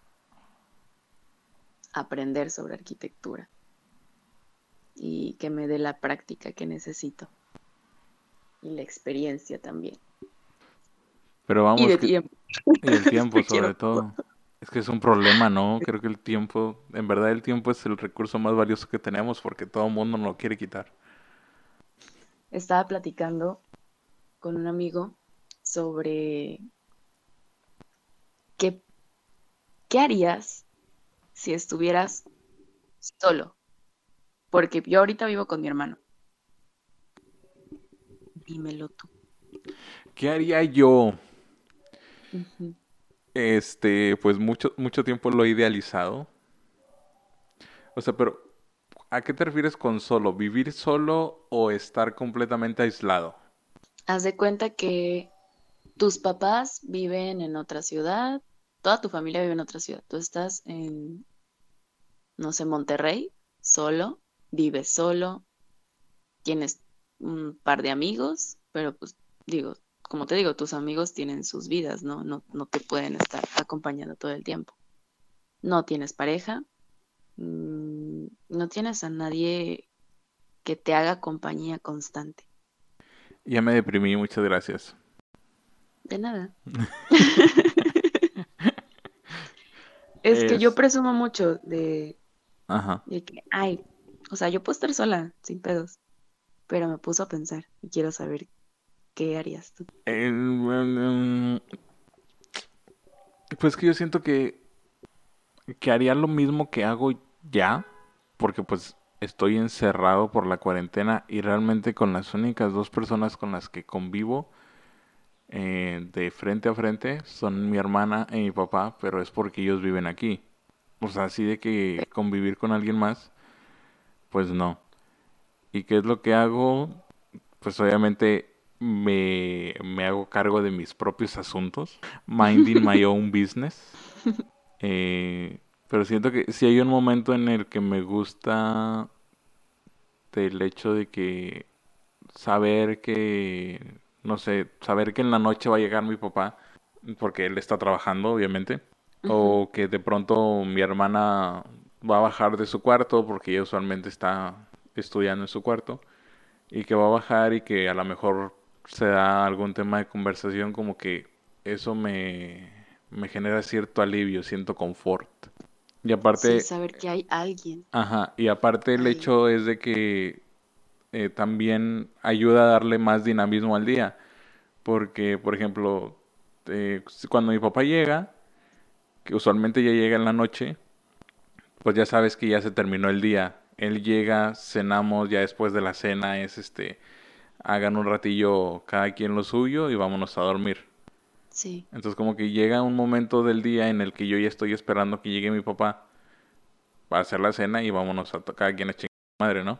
aprender sobre arquitectura y que me dé la práctica que necesito y la experiencia también. Pero Y vamos, de que... tiempo, y el tiempo porque quiero sobre todo. todo. Es que es un problema, ¿no? Creo que el tiempo, en verdad el tiempo es el recurso más valioso que tenemos porque todo el mundo nos lo quiere quitar. Estaba platicando con un amigo sobre qué, qué harías si estuvieras solo, porque yo ahorita vivo con mi hermano. Dímelo tú. ¿Qué haría yo? Ujú. Pues mucho tiempo lo he idealizado. O sea, pero ¿a qué te refieres con solo? ¿Vivir solo o estar completamente aislado? Haz de cuenta que tus papás viven en otra ciudad, toda tu familia vive en otra ciudad. Tú estás en, no sé, Monterrey, solo, vives solo, tienes un par de amigos, pero pues digo, como te digo, tus amigos tienen sus vidas, ¿no? No te pueden estar acompañando todo el tiempo. No tienes pareja, no tienes a nadie que te haga compañía constante. Ya me deprimí, muchas gracias. De nada. Es que yo Es... presumo mucho Ajá. de que, ay, o sea, yo puedo estar sola, sin pedos, pero me puso a pensar y quiero saber qué harías tú. Pues que yo siento que haría lo mismo que hago ya, porque pues estoy encerrado por la cuarentena y realmente con las únicas dos personas con las que convivo de frente a frente son mi hermana y mi papá, pero es porque ellos viven aquí. O sea, así de que convivir con alguien más, pues no. ¿Y qué es lo que hago? Pues obviamente me hago cargo de mis propios asuntos, minding my own business. Pero siento que si hay un momento en el que me gusta del hecho de que saber que, no sé, saber que en la noche va a llegar mi papá, porque él está trabajando, obviamente, Ujú. o que de pronto mi hermana va a bajar de su cuarto, porque ella usualmente está estudiando en su cuarto, y que va a bajar y que a lo mejor se da algún tema de conversación, como que eso me genera cierto alivio, siento confort. Y Sí, aparte, saber que hay alguien ajá, y aparte el ahí. hecho es de que también ayuda a darle más dinamismo al día. Porque, por ejemplo, cuando mi papá llega, que usualmente ya llega en la noche, pues ya sabes que ya se terminó el día. Él llega, cenamos, ya después de la cena es hagan un ratillo cada quien lo suyo y vámonos a dormir. Sí. Entonces como que llega un momento del día en el que yo ya estoy esperando que llegue mi papá para hacer la cena y vámonos a cada quien a chingar a su madre, ¿no?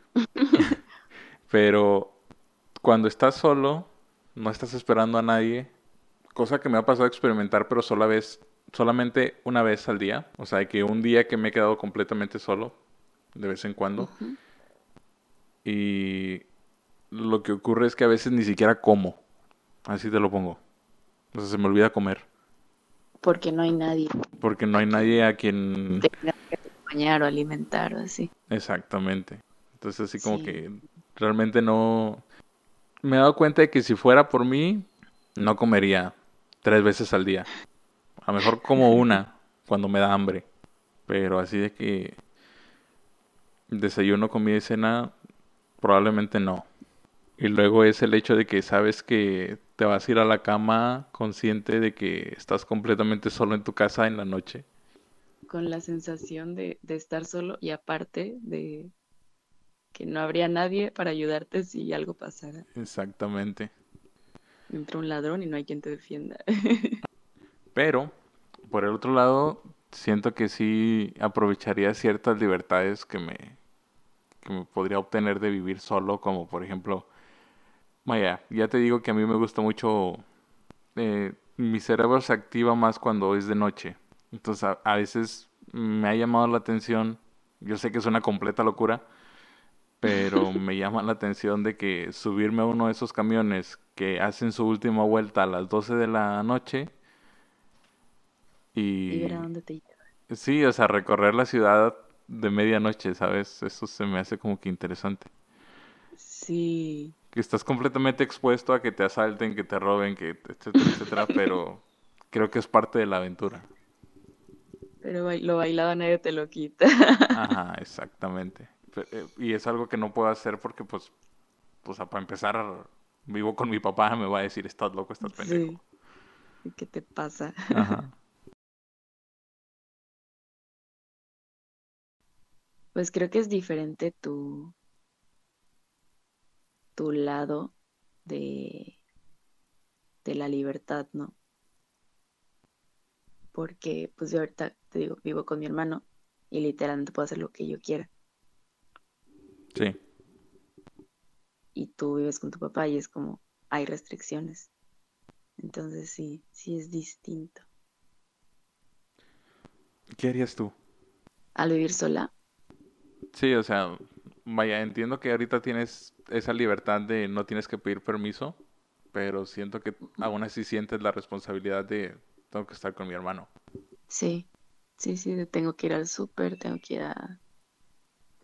Pero cuando estás solo, no estás esperando a nadie, cosa que me ha pasado a experimentar, pero solamente una vez al día. O sea, que un día que me he quedado completamente solo, de vez en cuando. Ujú. Y lo que ocurre es que a veces ni siquiera como. Así te lo pongo. O sea, se me olvida comer. Porque no hay nadie Porque no a hay nadie quien a quien... tenga que acompañar o alimentar o así. Exactamente. Entonces así como Sí. que realmente no... Me he dado cuenta de que si fuera por mí, no comería 3 veces al día. A lo mejor como una cuando me da hambre. Pero así de que desayuno, comida y cena, probablemente no. Y luego es el hecho de que sabes que te vas a ir a la cama consciente de que estás completamente solo en tu casa en la noche. Con la sensación de estar solo y aparte de que no habría nadie para ayudarte si algo pasara. Exactamente. Entra un ladrón y no hay quien te defienda. Pero, por el otro lado, siento que sí aprovecharía ciertas libertades que me podría obtener de vivir solo, como por ejemplo, vaya, ya te digo que a mí me gusta mucho, mi cerebro se activa más cuando es de noche. Entonces, a veces me ha llamado la atención, yo sé que es una completa locura, pero me llama la atención de que subirme a uno de esos camiones que hacen su última vuelta a las 12 de la noche Y ver a y dónde te lleva. sí, o sea, recorrer la ciudad de medianoche, ¿sabes? Eso se me hace como que interesante. Sí. Que estás completamente expuesto a que te asalten, que te roben, que etcétera, etcétera, pero creo que es parte de la aventura. Pero lo bailado nadie te lo quita. Ajá, exactamente. Y es algo que no puedo hacer porque, pues para empezar, vivo con mi papá, me va a decir, estás loco, estás pendejo. Sí. ¿Qué te pasa? Ajá. Pues creo que es diferente tu lado de, de la libertad, ¿no? Porque pues yo ahorita te digo, vivo con mi hermano y literalmente puedo hacer lo que yo quiera. Sí. Y tú vives con tu papá y es como, hay restricciones. Entonces sí, sí es distinto. ¿Qué harías tú? Al vivir sola, Sí, o sea, vaya, entiendo que ahorita tienes esa libertad de no tienes que pedir permiso, pero siento que ujú, aún así sientes la responsabilidad de tengo que estar con mi hermano. sí, sí, sí, tengo que ir al súper, tengo que ir a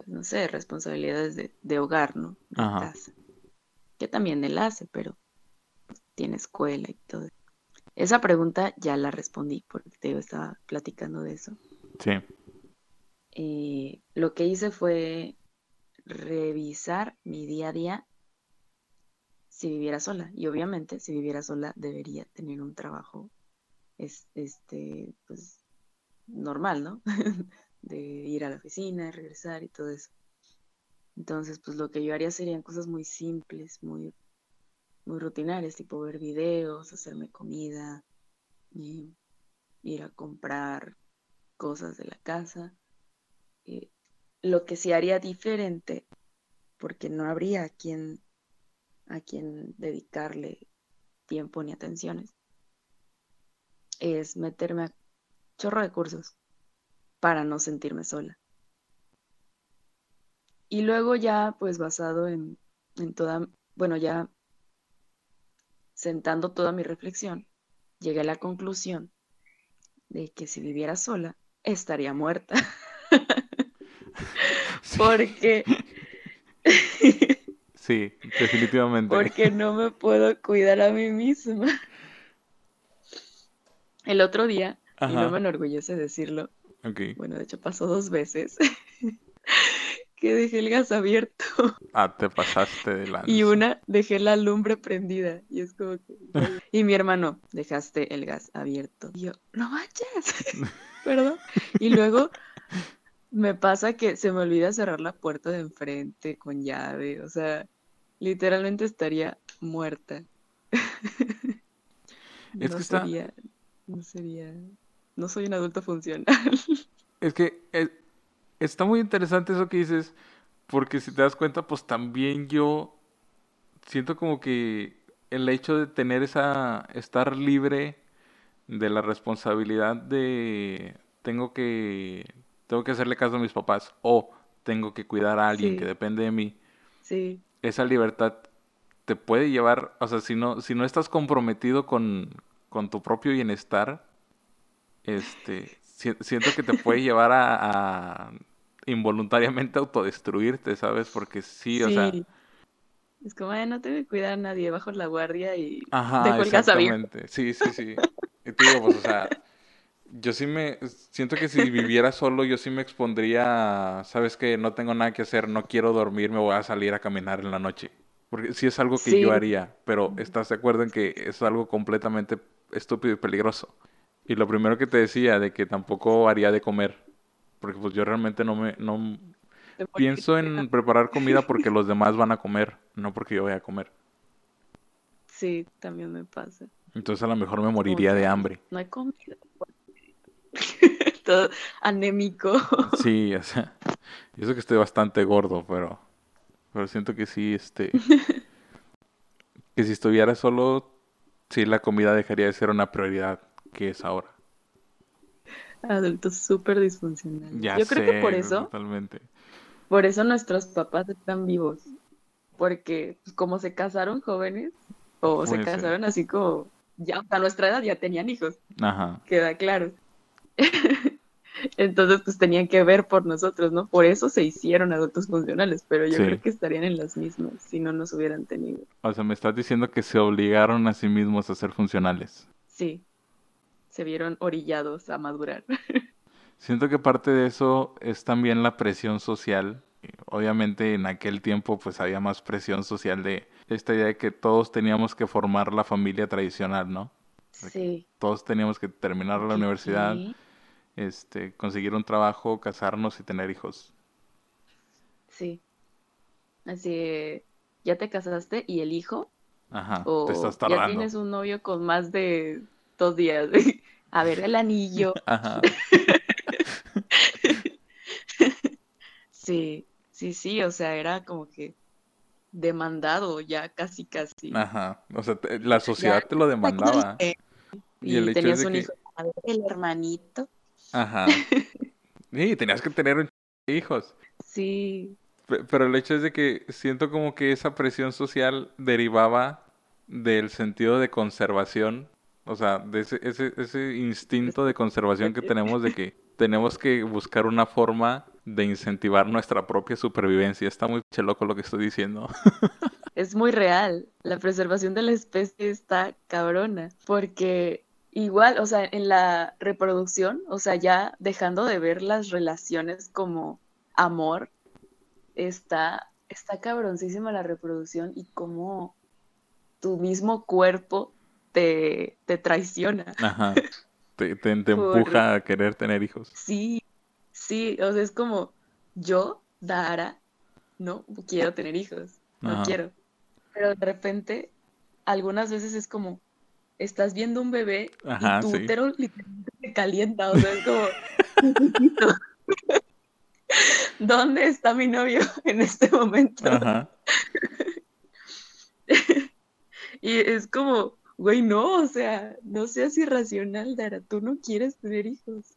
pues, no sé, responsabilidades de hogar, ¿no? De Ajá. casa. Que también él hace, pero tiene escuela y todo. Esa pregunta ya la respondí porque te digo, estaba platicando de eso. Sí. Lo que hice fue revisar mi día a día si viviera sola. Y obviamente, si viviera sola, debería tener un trabajo, pues, normal, ¿no? De ir a la oficina, regresar y todo eso. Entonces, pues lo que yo haría serían cosas muy simples, muy, muy rutinarias, tipo ver videos, hacerme comida, y ir a comprar cosas de la casa. Eh, lo que sí haría diferente, porque no habría a quien dedicarle tiempo ni atenciones, es meterme a chorro de cursos para no sentirme sola. Y luego ya, pues basado en toda, bueno, ya sentando toda mi reflexión, llegué a la conclusión de que si viviera sola, estaría muerta. Sí. Porque, Sí, definitivamente. porque no me puedo cuidar a mí misma. El otro día, y no me Ajá. enorgullece decirlo, Ok. bueno, de hecho pasó 2 veces, que dejé el gas abierto Ah, te pasaste de y lanza. una dejé la lumbre prendida. Y es como que, y mi hermano, dejaste el gas abierto. Y yo, no manches, perdón. Y luego me pasa que se me olvida cerrar la puerta de enfrente con llave. O sea, literalmente estaría muerta. Es No que está, sería, no sería, no soy un adulto funcional. es que está muy interesante eso que dices, porque si te das cuenta, pues también yo siento como que el hecho de tener estar libre de la responsabilidad de tengo que hacerle caso a mis papás o tengo que cuidar a alguien que Sí, depende de mí, sí, esa libertad te puede llevar, o sea, si no estás comprometido con tu propio bienestar, siento que te puede llevar a involuntariamente autodestruirte, ¿sabes? Porque sí, o sea, sí. Es como, "Ay, no tengo que cuidar a nadie, bajo la guardia y ajá, dejo el gas abierto". exactamente, sí, sí, sí. Y te digo, pues, o sea, yo siento que si viviera solo, yo sí me expondría, sabes que no tengo nada que hacer, no quiero dormir, me voy a salir a caminar en la noche. Porque sí es algo que yo Sí, haría, pero ¿estás de acuerdo en que es algo completamente estúpido y peligroso? Y lo primero que te decía, de que tampoco haría de comer, porque pues yo realmente no te pienso morirías de en hambre. preparar comida porque los demás van a comer, no porque yo vaya a comer. Sí, también me pasa. Entonces a lo mejor me Es como moriría que, de ay, hambre. no hay comida. Todo anémico. Sí, o sea, y eso que estoy bastante gordo, pero siento que sí, que si estuviera solo, sí la comida dejaría de ser una prioridad que es ahora. Adultos súper disfuncionales. Ya Yo creo que por sé, eso, totalmente. por eso nuestros papás están vivos. Porque pues, como se casaron jóvenes, o se Puede ser. casaron así como, ya a nuestra edad ya tenían hijos, Ajá, queda claro. Entonces, pues tenían que ver por nosotros, ¿no? Por eso se hicieron adultos funcionales, pero yo creo sí. que estarían en las mismas si no nos hubieran tenido. O sea, me estás diciendo que se obligaron a sí mismos a ser funcionales. Sí, se vieron orillados a madurar. Siento que parte de eso es también la presión social. Obviamente en aquel tiempo pues había más presión social de esta idea de que todos teníamos que formar la familia tradicional, ¿no? De que Sí, todos teníamos que terminar la ¿qué, universidad, qué? conseguir un trabajo, casarnos y tener hijos. Sí, así, ¿ya te casaste y el hijo? Ajá, te estás ¿O ya tardando. tienes un novio con más de 2 días? A ver, el anillo. Ajá, Sí, sí, sí, o sea, era como que demandado ya casi, casi. ajá. O sea, la Ya, sociedad te lo aquí el demandaba. Y el y hecho es tenías de un hijo. que, A ver, el hermanito. ajá, sí, tenías que tener un de hijos. Sí, Pero el hecho es de que siento como que esa presión social derivaba del sentido de conservación, o sea, de ese instinto de conservación que tenemos de que tenemos que buscar una forma de incentivar nuestra propia supervivencia. Está muy loco lo que estoy diciendo. Es muy real. La preservación de la especie está cabrona, porque igual, o sea, en la reproducción, o sea, ya dejando de ver las relaciones como amor, está cabroncísima la reproducción y cómo tu mismo cuerpo te traiciona. Ajá. Te Por, empuja a querer tener hijos. sí, sí, o sea, es como yo, Dara, no quiero tener hijos, no Ajá. quiero. Pero de repente, algunas veces es como, estás viendo un bebé y Ajá, tu sí. útero literalmente se calienta, o sea, es como, necesito, ¿dónde está mi novio en este momento? Ajá. Y es como, güey, no, o sea, no seas irracional, Dara, tú no quieres tener hijos.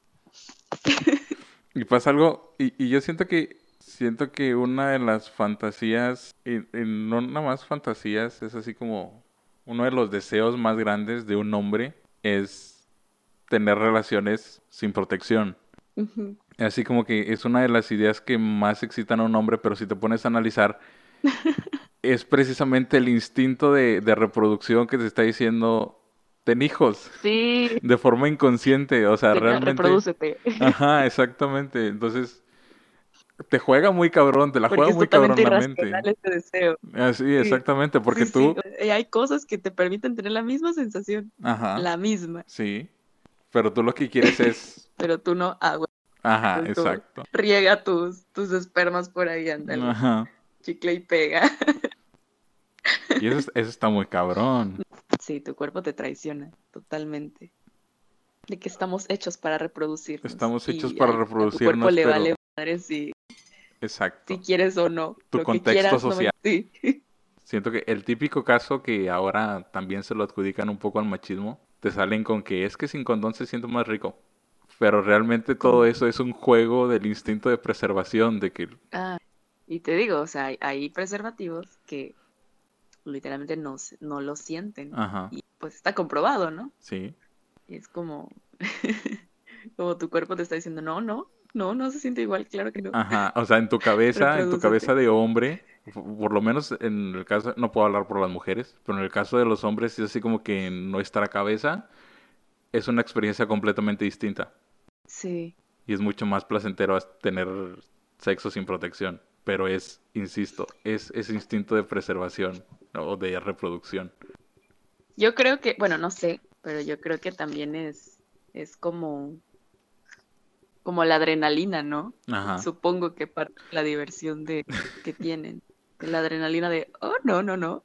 Y pasa algo, y yo siento que una de las fantasías, y no nada más fantasías, es así como uno de los deseos más grandes de un hombre es tener relaciones sin protección. Ujú. Así como que es una de las ideas que más excitan a un hombre, pero si te pones a analizar, es precisamente el instinto de reproducción que te está diciendo, ten hijos, Sí, de forma inconsciente, o sea, sí, ya, realmente, reprodúcete, ajá, exactamente, entonces te juega muy cabrón, te la porque juega es muy cabrón totalmente la irracional mente. ese deseo. Así, Sí, exactamente, porque sí, sí, tú, hay cosas que te permiten tener la misma sensación, ajá, la misma, sí, pero tú lo que quieres es, pero tú no, güey, ajá, tú exacto, riega tus espermas por ahí, ándale, ajá, chicle y pega. y eso está muy cabrón. Sí, tu cuerpo te traiciona totalmente. De que estamos hechos para reproducirnos Estamos hechos y para a tu cuerpo reproducirnos, le pero, vale madre si exacto, quieres o no, tu lo que contexto quieras, no me... social. Sí, Siento que el típico caso que ahora también se lo adjudican un poco al machismo, te salen con que es que sin condón se siente más rico. Pero realmente todo como... eso es un juego del instinto de preservación, de que, Ah, y te digo, o sea, hay preservativos que literalmente no lo sienten ajá, y pues está comprobado, ¿no? sí, Y es como, como tu cuerpo te está diciendo, no se siente igual, claro que no, ajá, o sea, en tu cabeza reprodúcete. de hombre, por lo menos en el caso, no puedo hablar por las mujeres, pero en el caso de los hombres es así como que en nuestra cabeza es una experiencia completamente distinta. Sí, Y es mucho más placentero tener sexo sin protección. Pero es, insisto, es ese instinto de preservación, ¿no? O de reproducción. yo creo que, bueno, no sé, pero yo creo que también es como la adrenalina, ¿no? Ajá. Supongo que parte de la diversión que tienen, de la adrenalina de, oh, no,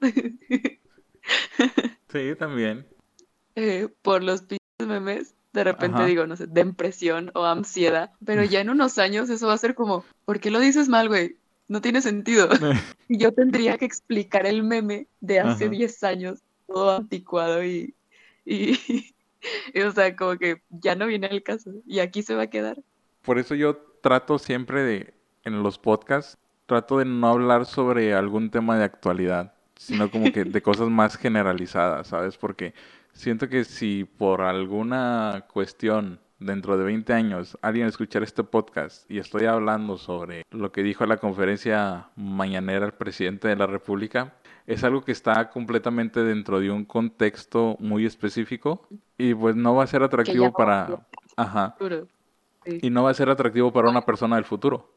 Sí, también. por los pinches memes, de repente Ajá. digo, no sé, depresión o ansiedad, pero ya en unos años eso va a ser como, ¿por qué lo dices mal, güey? No tiene sentido. Y yo tendría que explicar el meme de hace Ajá. 10 años, todo anticuado y, y, o sea, como que ya no viene el caso y aquí se va a quedar. Por eso yo trato siempre de, en los podcasts, trato de no hablar sobre algún tema de actualidad, sino como que de cosas más generalizadas, ¿sabes? Porque siento que si por alguna cuestión dentro de 20 años alguien escuchara este podcast y estoy hablando sobre lo que dijo en la conferencia mañanera el presidente de la República, es algo que está completamente dentro de un contexto muy específico y pues no va a ser Que ya atractivo no va a ser para... Ajá. futuro. Sí, Y no va a ser atractivo para una persona del futuro.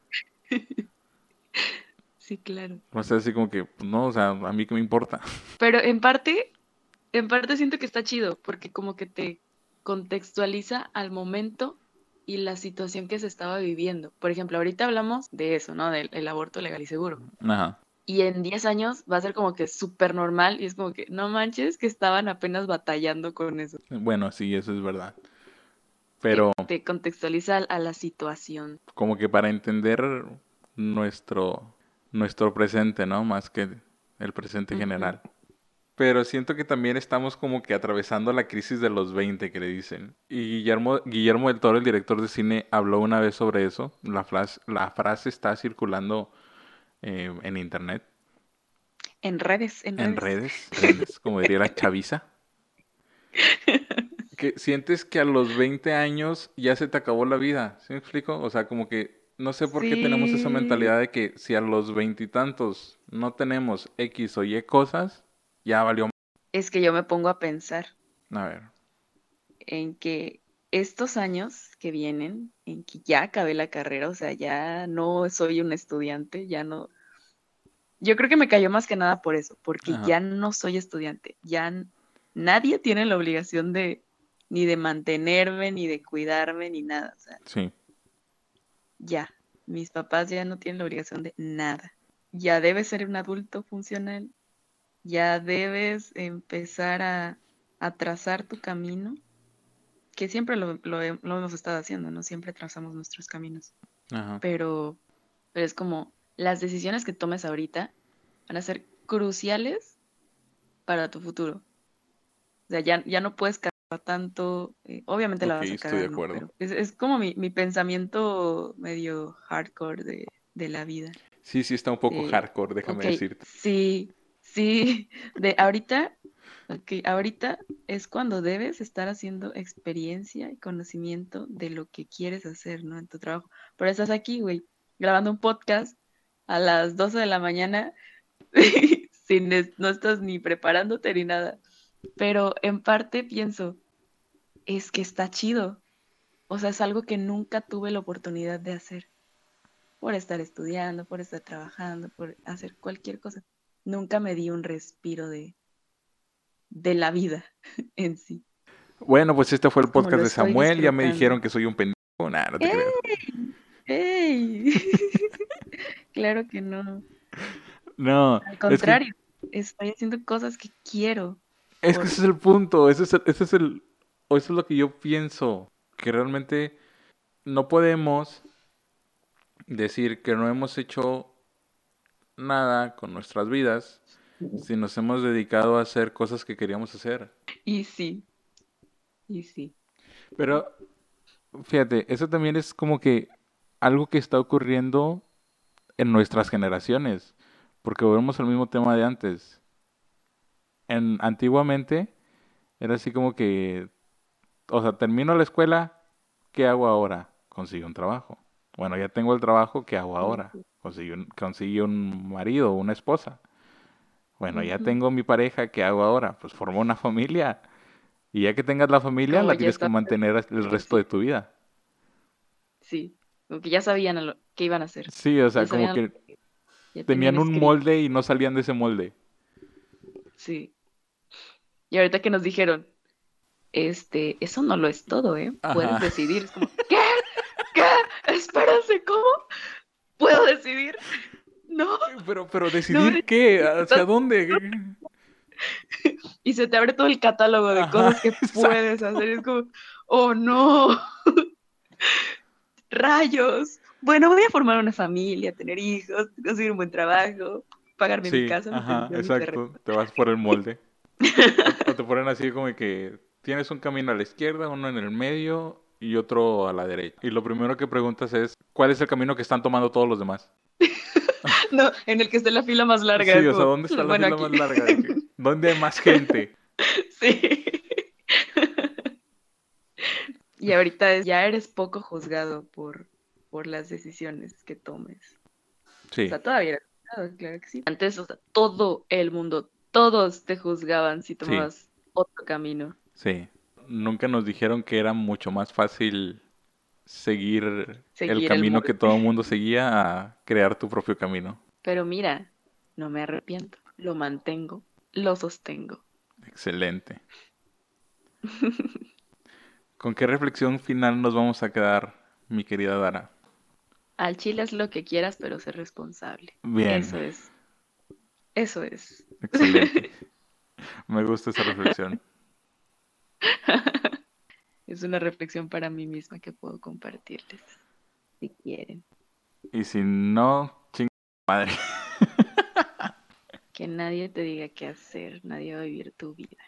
sí, claro. Va a ser así como que, pues, no, o sea, a mí qué me importa. Pero en parte siento que está chido, porque como que te contextualiza al momento y la situación que se estaba viviendo. Por ejemplo, ahorita hablamos de eso, ¿no? Del el aborto legal y seguro. Ajá. Y en 10 años va a ser como que súper normal y es como que, no manches, que estaban apenas batallando con eso. Bueno, sí, eso es verdad. Te, Pero te contextualiza a la situación. como que para entender nuestro, nuestro presente, ¿no? Más que el presente Ujú. general. Pero siento que también estamos como que atravesando la crisis de los 20 que le dicen. Y Guillermo del Toro, el director de cine, habló una vez sobre eso. La frase está circulando en internet, En en redes. redes, como diría la chaviza. Que sientes que a los 20 años ya se te acabó la vida, ¿sí me explico? O sea, como que No sé por qué tenemos esa Sí, mentalidad de que si a los veintitantos no tenemos X o Y cosas, ya valió. es que yo me pongo a pensar A ver. en que estos años que vienen, en que ya acabé la carrera, o sea, ya no soy un estudiante, ya no. Yo creo que me cayó más que nada por eso, porque Ajá. ya no soy estudiante, nadie tiene la obligación de ni de mantenerme, ni de cuidarme, ni nada, o sea, Sí. ya, mis papás ya no tienen la obligación de nada. Ya debes ser un adulto funcional, ya debes empezar a trazar tu camino, que siempre lo hemos estado haciendo, ¿no? Siempre trazamos nuestros caminos, Ajá. pero, pero es como las decisiones que tomes ahorita van a ser cruciales para tu futuro. O sea, ya no puedes cagar tanto, obviamente la Ok, vas a estoy de cagar, ¿no? acuerdo. Pero es como mi pensamiento medio hardcore de la vida. Sí, sí, está un poco De, hardcore, déjame ok, decirte. sí, sí, de ahorita, ok, ahorita es cuando debes estar haciendo experiencia y conocimiento de lo que quieres hacer, ¿no? En tu trabajo. Pero estás aquí, güey, grabando un podcast a las 12 de la mañana, no estás ni preparándote ni nada. Pero en parte pienso, es que está chido. O sea, es algo que nunca tuve la oportunidad de hacer por estar estudiando, por estar trabajando, por hacer cualquier cosa. Nunca me di un respiro de la vida en sí. Bueno, pues este fue el Como podcast lo de estoy Samuel. Ya me disfrutando. dijeron que soy un pendejo. Nah, no te ¡Ey! creas. ¡Ey! Claro que no. No, Al contrario, estoy haciendo cosas que quiero es que por... ese es el punto. O eso es lo que yo pienso. Que realmente no podemos decir que no hemos hecho nada con nuestras vidas si nos hemos dedicado a hacer cosas que queríamos hacer. Y sí, y sí. Pero fíjate, eso también es como que algo que está ocurriendo en nuestras generaciones, porque volvemos al mismo tema de antes. Antiguamente era así como que, o sea, termino la escuela, ¿qué hago ahora? Consigo un trabajo. Bueno, ya tengo el trabajo, ¿qué hago ahora? Conseguí un marido o una esposa. Bueno, ya Ujú. tengo mi pareja, ¿qué hago ahora? Pues formo una familia. Y ya que tengas la familia, Como la ya tienes que está, mantener el resto de sí, tu vida. sí. Como que ya sabían qué iban a hacer. Sí, o Ya sea, como sabían, que ya tenían tenían un escrito. molde y no salían de ese molde. Sí. Y ahorita que nos dijeron, eso no lo es todo, ¿eh? Puedes Ajá. decidir. Es como, ¿qué? ¿Qué? Espérense, ¿cómo? ¿Puedo decidir? No, Pero no, decidir qué, hacia estás- dónde. y se te abre todo el catálogo de Ajá, cosas que puedes exacto. hacer. Es como, oh no, rayos. Bueno, voy a formar una familia, tener hijos, conseguir un buen trabajo, pagarme mi Sí, casa, mi ajá, pensión, mi terreno. exacto. Te vas por el molde. O te ponen así como que tienes un camino a la izquierda, uno en el medio y otro a la derecha. Y lo primero que preguntas es, ¿cuál es el camino que están tomando todos los demás? No, en el que esté la fila más larga. Sí, Es o sea, como, ¿dónde está la bueno, fila aquí. más larga? ¿Dónde hay más gente? Sí. Y ahorita ya eres poco juzgado por las decisiones que tomes. O Sí, sea, todavía eres juzgado, claro que sí. Antes, o sea, todo el mundo, todos te juzgaban si sí, tomabas otro camino. sí. Nunca nos dijeron que era mucho más fácil seguir el Seguir el camino que molde. todo el mundo seguía a crear tu propio camino. Pero mira, no me arrepiento. Lo mantengo, lo sostengo. Excelente. ¿Con qué reflexión final nos vamos a quedar, mi querida Dara? Al chile es lo que quieras, pero ser responsable. Bien, Eso es. Eso es. excelente. Me gusta esa reflexión. Es una reflexión para mí misma que puedo compartirles, si quieren. Y si no, ching madre. Que nadie te diga qué hacer, nadie va a vivir tu vida.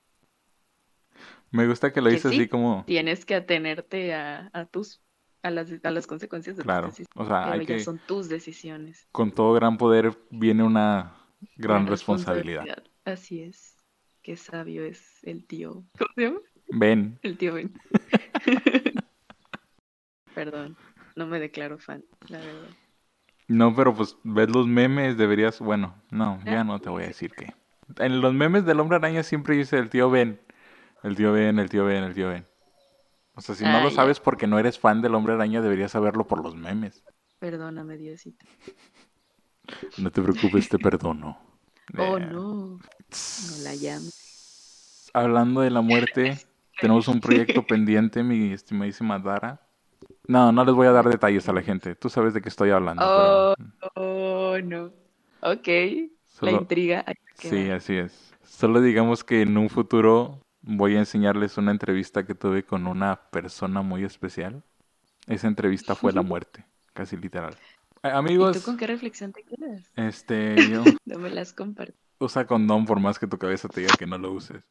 Me gusta que lo Que dices así sí, como, tienes que atenerte a las consecuencias de tus claro. decisiones, O sea, pero hay ya que, son tus decisiones. con todo gran poder viene una gran Gran responsabilidad. responsabilidad. Así es. Qué sabio es el tío. ¿Cómo se llama? Ven. El tío Ben. Perdón. no me declaro fan, la verdad. No, pero pues ves los memes, deberías... Bueno, no, ya no te voy a decir qué. En los memes del Hombre Araña siempre dice el tío Ben. El tío Ben, el tío Ben, el tío Ben. O sea, si no lo Ya. sabes porque no eres fan del Hombre Araña, deberías saberlo por los memes. Perdóname, Diosito. No te preocupes, te perdono. Oh, Eh, no. No la llame. Hablando de la muerte, tenemos un proyecto pendiente, mi estimadísima Dara. No, no les voy a dar detalles a la gente. Tú sabes de qué estoy hablando, pero Oh, oh, no. Ok. La solo... intriga ahí va a Sí, quedar. así es. Solo digamos que en un futuro voy a enseñarles una entrevista que tuve con una persona muy especial. Esa entrevista fue la muerte, casi literal. ¿Y tú con Amigos, qué reflexión te quedas? yo No me las comparto. usa condón por más que tu cabeza te diga que no lo uses.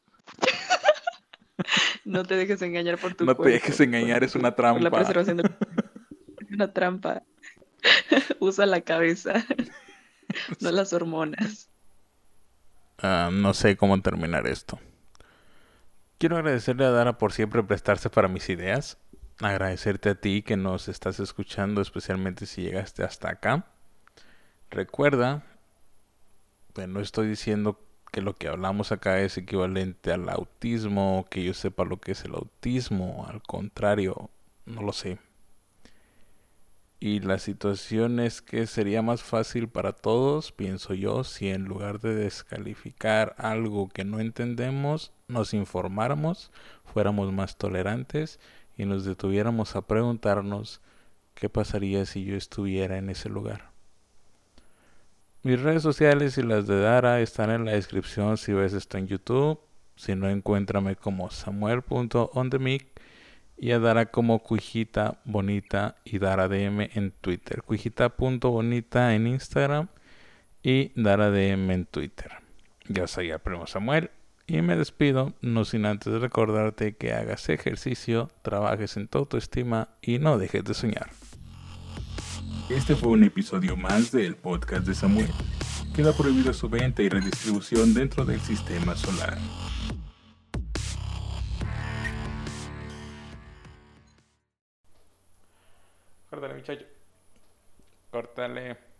No te dejes engañar por tu No te dejes cuerpo, engañar, es una por la trampa. preservación del... Es una trampa. Usa la cabeza, no las hormonas. No sé cómo terminar esto. Quiero agradecerle a Dara por siempre prestarse para mis ideas. Agradecerte a ti que nos estás escuchando, especialmente si llegaste hasta acá. Recuerda, pues no estoy diciendo que lo que hablamos acá es equivalente al autismo, que yo sepa lo que es el autismo. Al contrario, no lo sé. Y la situación es que sería más fácil para todos, pienso yo, si en lugar de descalificar algo que no entendemos, nos informáramos, fuéramos más tolerantes y nos detuviéramos a preguntarnos qué pasaría si yo estuviera en ese lugar. Mis redes sociales y las de Dara están en la descripción si ves esto en YouTube. Si no, encuéntrame como samuel.ondemic y a Dara como Cuijita Bonita y Dara DM en Twitter. Cuijita.bonita en Instagram y Dara DM en Twitter. Yo soy el primo Samuel y me despido, no sin antes recordarte que hagas ejercicio, trabajes en tu autoestima y no dejes de soñar. Este fue un episodio más del podcast de Samuel. Queda prohibido su venta y redistribución dentro del sistema solar. Córtale, muchacho. Córtale.